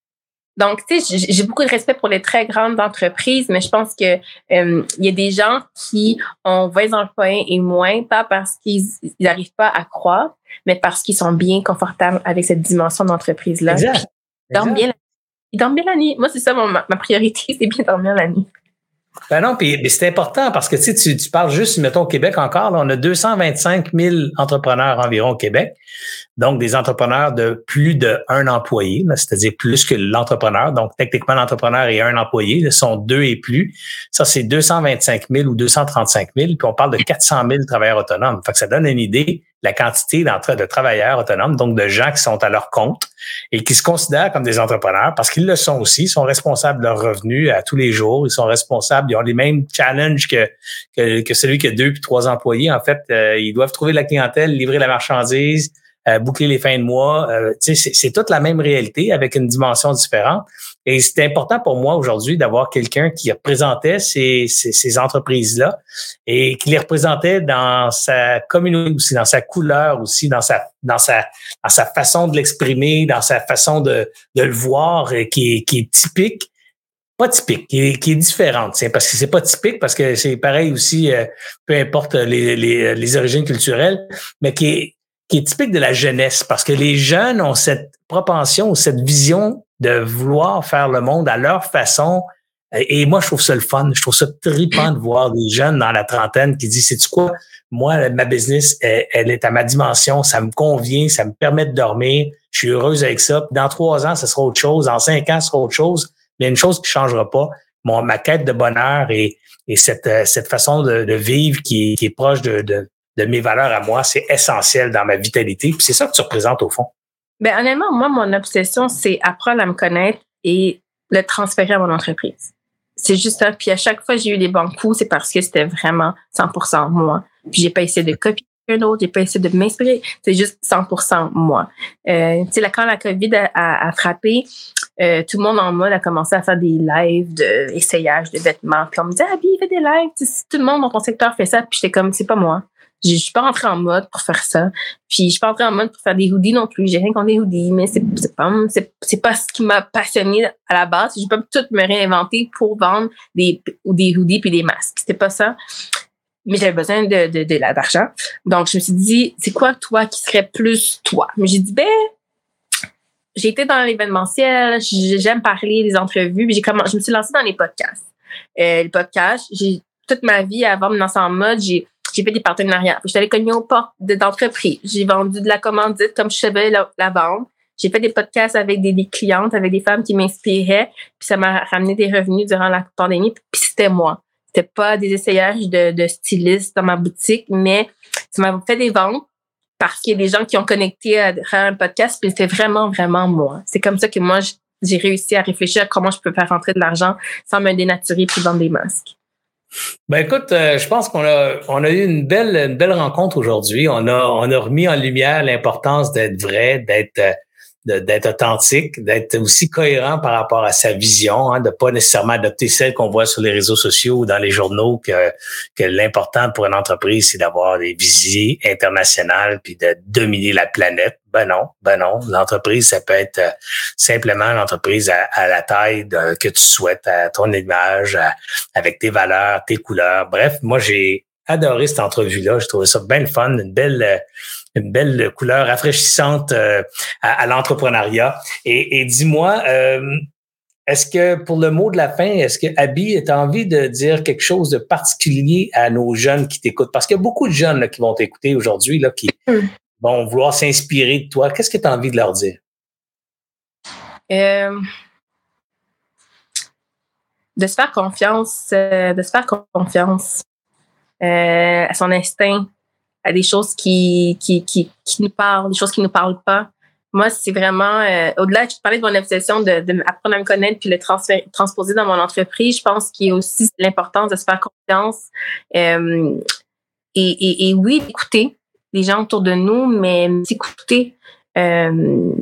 Donc, tu sais, j'ai beaucoup de respect pour les très grandes entreprises, mais je pense que euh, il y a des gens qui ont vingt employés et moins, pas parce qu'ils n'arrivent pas à croître, mais parce qu'ils sont bien confortables avec cette dimension d'entreprise-là. Exact. Puis, ils dorment bien, ils dorment bien la nuit. Moi, c'est ça, mon, ma priorité, c'est bien dormir la nuit. Ben non, puis c'est important parce que tu sais, tu, tu parles juste, mettons, au Québec encore, là, on a deux cent vingt-cinq mille entrepreneurs environ au Québec, donc des entrepreneurs de plus de un employé, là, c'est-à-dire plus que l'entrepreneur. Donc, techniquement, l'entrepreneur et un employé, là, sont deux et plus. Ça, c'est deux cent vingt-cinq mille ou deux cent trente-cinq mille, puis on parle de quatre cent mille travailleurs autonomes. Fait que ça donne une idée de la quantité de travailleurs autonomes, donc de gens qui sont à leur compte et qui se considèrent comme des entrepreneurs parce qu'ils le sont aussi, ils sont responsables de leurs revenus à tous les jours, ils sont responsables, ils ont les mêmes challenges que que, que celui qui a deux puis trois employés. En fait, euh, ils doivent trouver de la clientèle, livrer la marchandise, euh, boucler les fins de mois. Euh, tu sais, c'est, c'est toute la même réalité avec une dimension différente. Et c'est important pour moi aujourd'hui d'avoir quelqu'un qui représentait ces, ces, ces entreprises-là et qui les représentait dans sa communauté aussi, dans sa couleur aussi, dans sa dans sa dans sa façon de l'exprimer, dans sa façon de de le voir, et qui est qui est typique, pas typique, qui est, qui est différente, c'est parce que c'est pas typique parce que c'est pareil aussi, euh, peu importe les les les origines culturelles, mais qui est qui est typique de la jeunesse parce que les jeunes ont cette propension ou cette vision de vouloir faire le monde à leur façon. Et moi, je trouve ça le fun. Je trouve ça trippant de voir des jeunes dans la trentaine qui disent, sais-tu quoi? Moi, ma business, elle, elle est à ma dimension. Ça me convient. Ça me permet de dormir. Je suis heureuse avec ça. Dans trois ans, ce sera autre chose. Dans cinq ans, ce sera autre chose. Mais il y a une chose qui ne changera pas. Mon, ma quête de bonheur et, et cette, cette façon de, de vivre qui est, qui est proche de, de, de mes valeurs à moi, c'est essentiel dans ma vitalité. Puis c'est ça que tu représentes au fond. Ben, honnêtement, moi, mon obsession, c'est apprendre à me connaître et le transférer à mon entreprise. C'est juste ça. Puis à chaque fois que j'ai eu des bons coups, c'est parce que c'était vraiment cent pour cent moi. Puis j'ai pas essayé de copier un autre, j'ai pas essayé de m'inspirer. C'est juste cent pour cent moi. Euh, tu sais, là, quand la COVID a, a, a frappé, euh, tout le monde en mode a commencé à faire des lives d'essayage de, de vêtements. Puis on me disait, ah, il fait des lives. Tu sais, tout le monde dans ton secteur fait ça. Puis j'étais comme, c'est pas moi. Je suis pas rentrée en mode pour faire ça. Puis je suis pas rentrée en mode pour faire des hoodies non plus. J'ai rien contre des hoodies, mais c'est, c'est pas, c'est, c'est pas ce qui m'a passionnée à la base. Je peux tout me réinventer pour vendre des, des hoodies puis des masques. C'était pas ça. Mais j'avais besoin de, de, de, d'argent. Donc, je me suis dit, c'est quoi toi qui serait plus toi? Mais j'ai dit, ben, j'ai été dans l'événementiel, j'aime parler des entrevues, puis j'ai commencé, je me suis lancée dans les podcasts. Euh, les podcasts, j'ai, toute ma vie, avant de me lancer en mode, j'ai, j'ai fait des partenariats. Je suis allée cogner aux portes d'entreprises. J'ai vendu de la commandite comme je savais la, la vendre. J'ai fait des podcasts avec des, des clientes, avec des femmes qui m'inspiraient. Puis ça m'a ramené des revenus durant la pandémie. Puis c'était moi. C'était pas des essayages de, de stylistes dans ma boutique, mais ça m'a fait des ventes parce qu'il y a des gens qui ont connecté à un podcast. Puis c'était vraiment, vraiment moi. C'est comme ça que moi, j'ai réussi à réfléchir à comment je peux faire rentrer de l'argent sans me dénaturer puis vendre des masques. Ben écoute, euh, je pense qu'on a on a eu une belle une belle rencontre aujourd'hui. On a on a remis en lumière l'importance d'être vrai, d'être euh, de, d'être authentique, d'être aussi cohérent par rapport à sa vision, hein, de pas nécessairement adopter celle qu'on voit sur les réseaux sociaux ou dans les journaux, que, que l'important pour une entreprise, c'est d'avoir des visées internationales puis de dominer la planète. Ben non, ben non. L'entreprise, ça peut être euh, simplement l'entreprise à, à la taille de, que tu souhaites, à ton image, à, avec tes valeurs, tes couleurs. Bref, moi, j'ai adoré cette entrevue-là. Je trouvais ça bien le fun, une belle... une belle couleur rafraîchissante euh, à, à l'entrepreneuriat. Et, et dis-moi, euh, est-ce que pour le mot de la fin, est-ce que Abby, tu as envie de dire quelque chose de particulier à nos jeunes qui t'écoutent? Parce qu'il y a beaucoup de jeunes là, qui vont t'écouter aujourd'hui, là, qui mm. vont vouloir s'inspirer de toi. Qu'est-ce que tu as envie de leur dire? Euh, de se faire confiance, euh, de se faire confiance euh, à son instinct, à des choses qui, qui, qui, qui nous parlent, des choses qui nous parlent pas. Moi, c'est vraiment, euh, au-delà, je te parlais de mon obsession de, de apprendre à me connaître puis le transférer, transposer dans mon entreprise. Je pense qu'il y a aussi l'importance de se faire confiance. Euh, et, et, et oui, d'écouter les gens autour de nous, mais s'écouter, euh,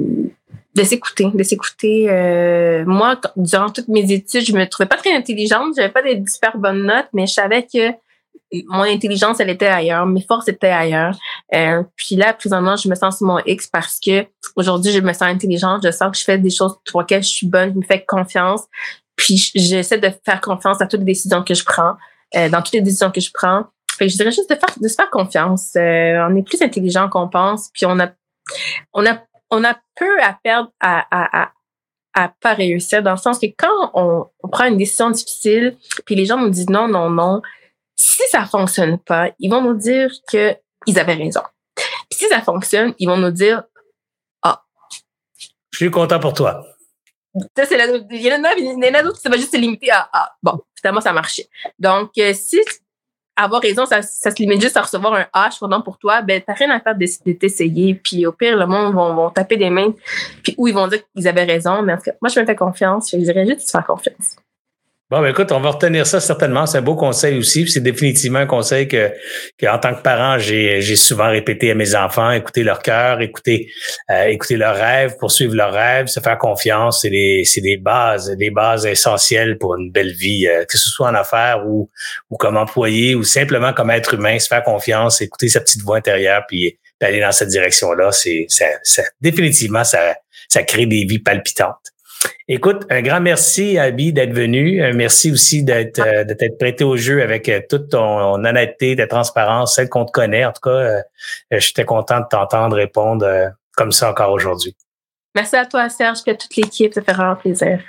de s'écouter, de s'écouter. Euh, moi, durant toutes mes études, je me trouvais pas très intelligente. J'avais pas des super bonnes notes, mais je savais que mon intelligence, elle était ailleurs. Mes forces étaient ailleurs. Euh, puis là, présentement, je me sens sur mon X parce que aujourd'hui, je me sens intelligente. Je sens que je fais des choses pour lesquelles je suis bonne. Je me fais confiance. Puis j'essaie de faire confiance à toutes les décisions que je prends, euh, dans toutes les décisions que je prends. Fait que je dirais juste de faire, de se faire confiance. Euh, on est plus intelligent qu'on pense. Puis on a, on a, on a peu à perdre à, à, à à pas réussir, dans le sens que quand on, on prend une décision difficile, puis les gens nous disent non, non, non, si ça fonctionne pas, ils vont nous dire que ils avaient raison. Puis si ça fonctionne, ils vont nous dire ah. Je suis content pour toi. Ça, c'est la, il y en a, il y en a d'autres qui ça va juste se limiter à ah. Bon, finalement, ça marchait. Donc, euh, si avoir raison, ça, ça se limite juste à recevoir un ah, je suis content pour toi, ben, t'as rien à faire de, de t'essayer. Puis au pire, le monde vont, vont taper des mains. Puis ou ils vont dire qu'ils avaient raison. Mais en tout cas, moi, je me fais confiance. Je dirais juste de se faire confiance. Bon, ben écoute, on va retenir ça certainement. C'est un beau conseil aussi. Puis c'est définitivement un conseil que, que en tant que parent, j'ai, j'ai souvent répété à mes enfants. Écouter leur cœur, écouter, euh, écouter leurs rêves, poursuivre leurs rêves, se faire confiance. C'est des, c'est des bases, des bases essentielles pour une belle vie, euh, que ce soit en affaires ou, ou comme employé ou simplement comme être humain. Se faire confiance, écouter sa petite voix intérieure, puis, puis aller dans cette direction-là. C'est, ça, ça, définitivement, ça, ça crée des vies palpitantes. Écoute, un grand merci, Abby, d'être venue. Merci aussi d'être, euh, de t'être prêté au jeu avec euh, toute ton honnêteté, ta transparence, celle qu'on te connaît. En tout cas, euh, j'étais content de t'entendre répondre euh, comme ça encore aujourd'hui. Merci à toi, Serge, et à toute l'équipe. Ça fait vraiment plaisir.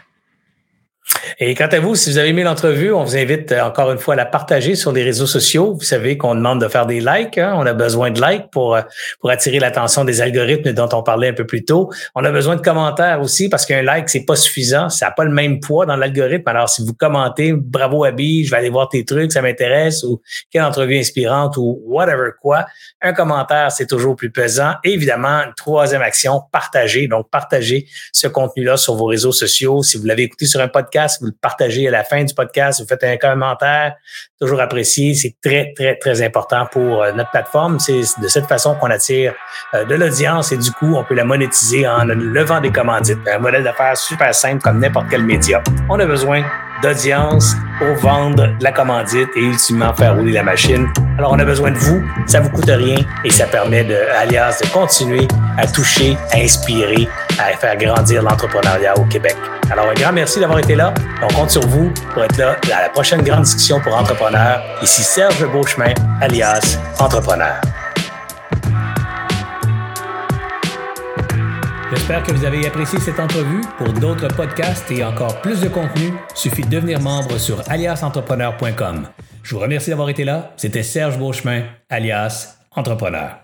Et quant à vous, si vous avez aimé l'entrevue, on vous invite encore une fois à la partager sur les réseaux sociaux. Vous savez qu'on demande de faire des likes. Hein? On a besoin de likes pour pour attirer l'attention des algorithmes dont on parlait un peu plus tôt. On a besoin de commentaires aussi parce qu'un like, c'est pas suffisant. Ça n'a pas le même poids dans l'algorithme. Alors, si vous commentez, bravo Abby, je vais aller voir tes trucs, ça m'intéresse, ou quelle entrevue inspirante, ou whatever quoi, un commentaire, c'est toujours plus pesant. Et évidemment, une troisième action, partager. Donc, partagez ce contenu-là sur vos réseaux sociaux. Si vous l'avez écouté sur un podcast, vous le partagez à la fin du podcast, vous faites un commentaire, toujours apprécié. C'est très, très, très important pour euh, notre plateforme. C'est de cette façon qu'on attire euh, de l'audience et du coup, on peut la monétiser en levant des commandites. Un modèle d'affaires super simple comme n'importe quel média. On a besoin d'audience pour vendre de la commandite et ultimement faire rouler la machine. Alors, on a besoin de vous. Ça vous coûte rien et ça permet de, Alias de continuer à toucher, à inspirer, à faire grandir l'entrepreneuriat au Québec. Alors, un grand merci d'avoir été là. On compte sur vous pour être là à la prochaine grande discussion pour entrepreneurs. Ici Serge Beauchemin, alias Entrepreneur. J'espère que vous avez apprécié cette entrevue. Pour d'autres podcasts et encore plus de contenu, il suffit de devenir membre sur alias entrepreneur point com. Je vous remercie d'avoir été là. C'était Serge Beauchemin, alias Entrepreneur.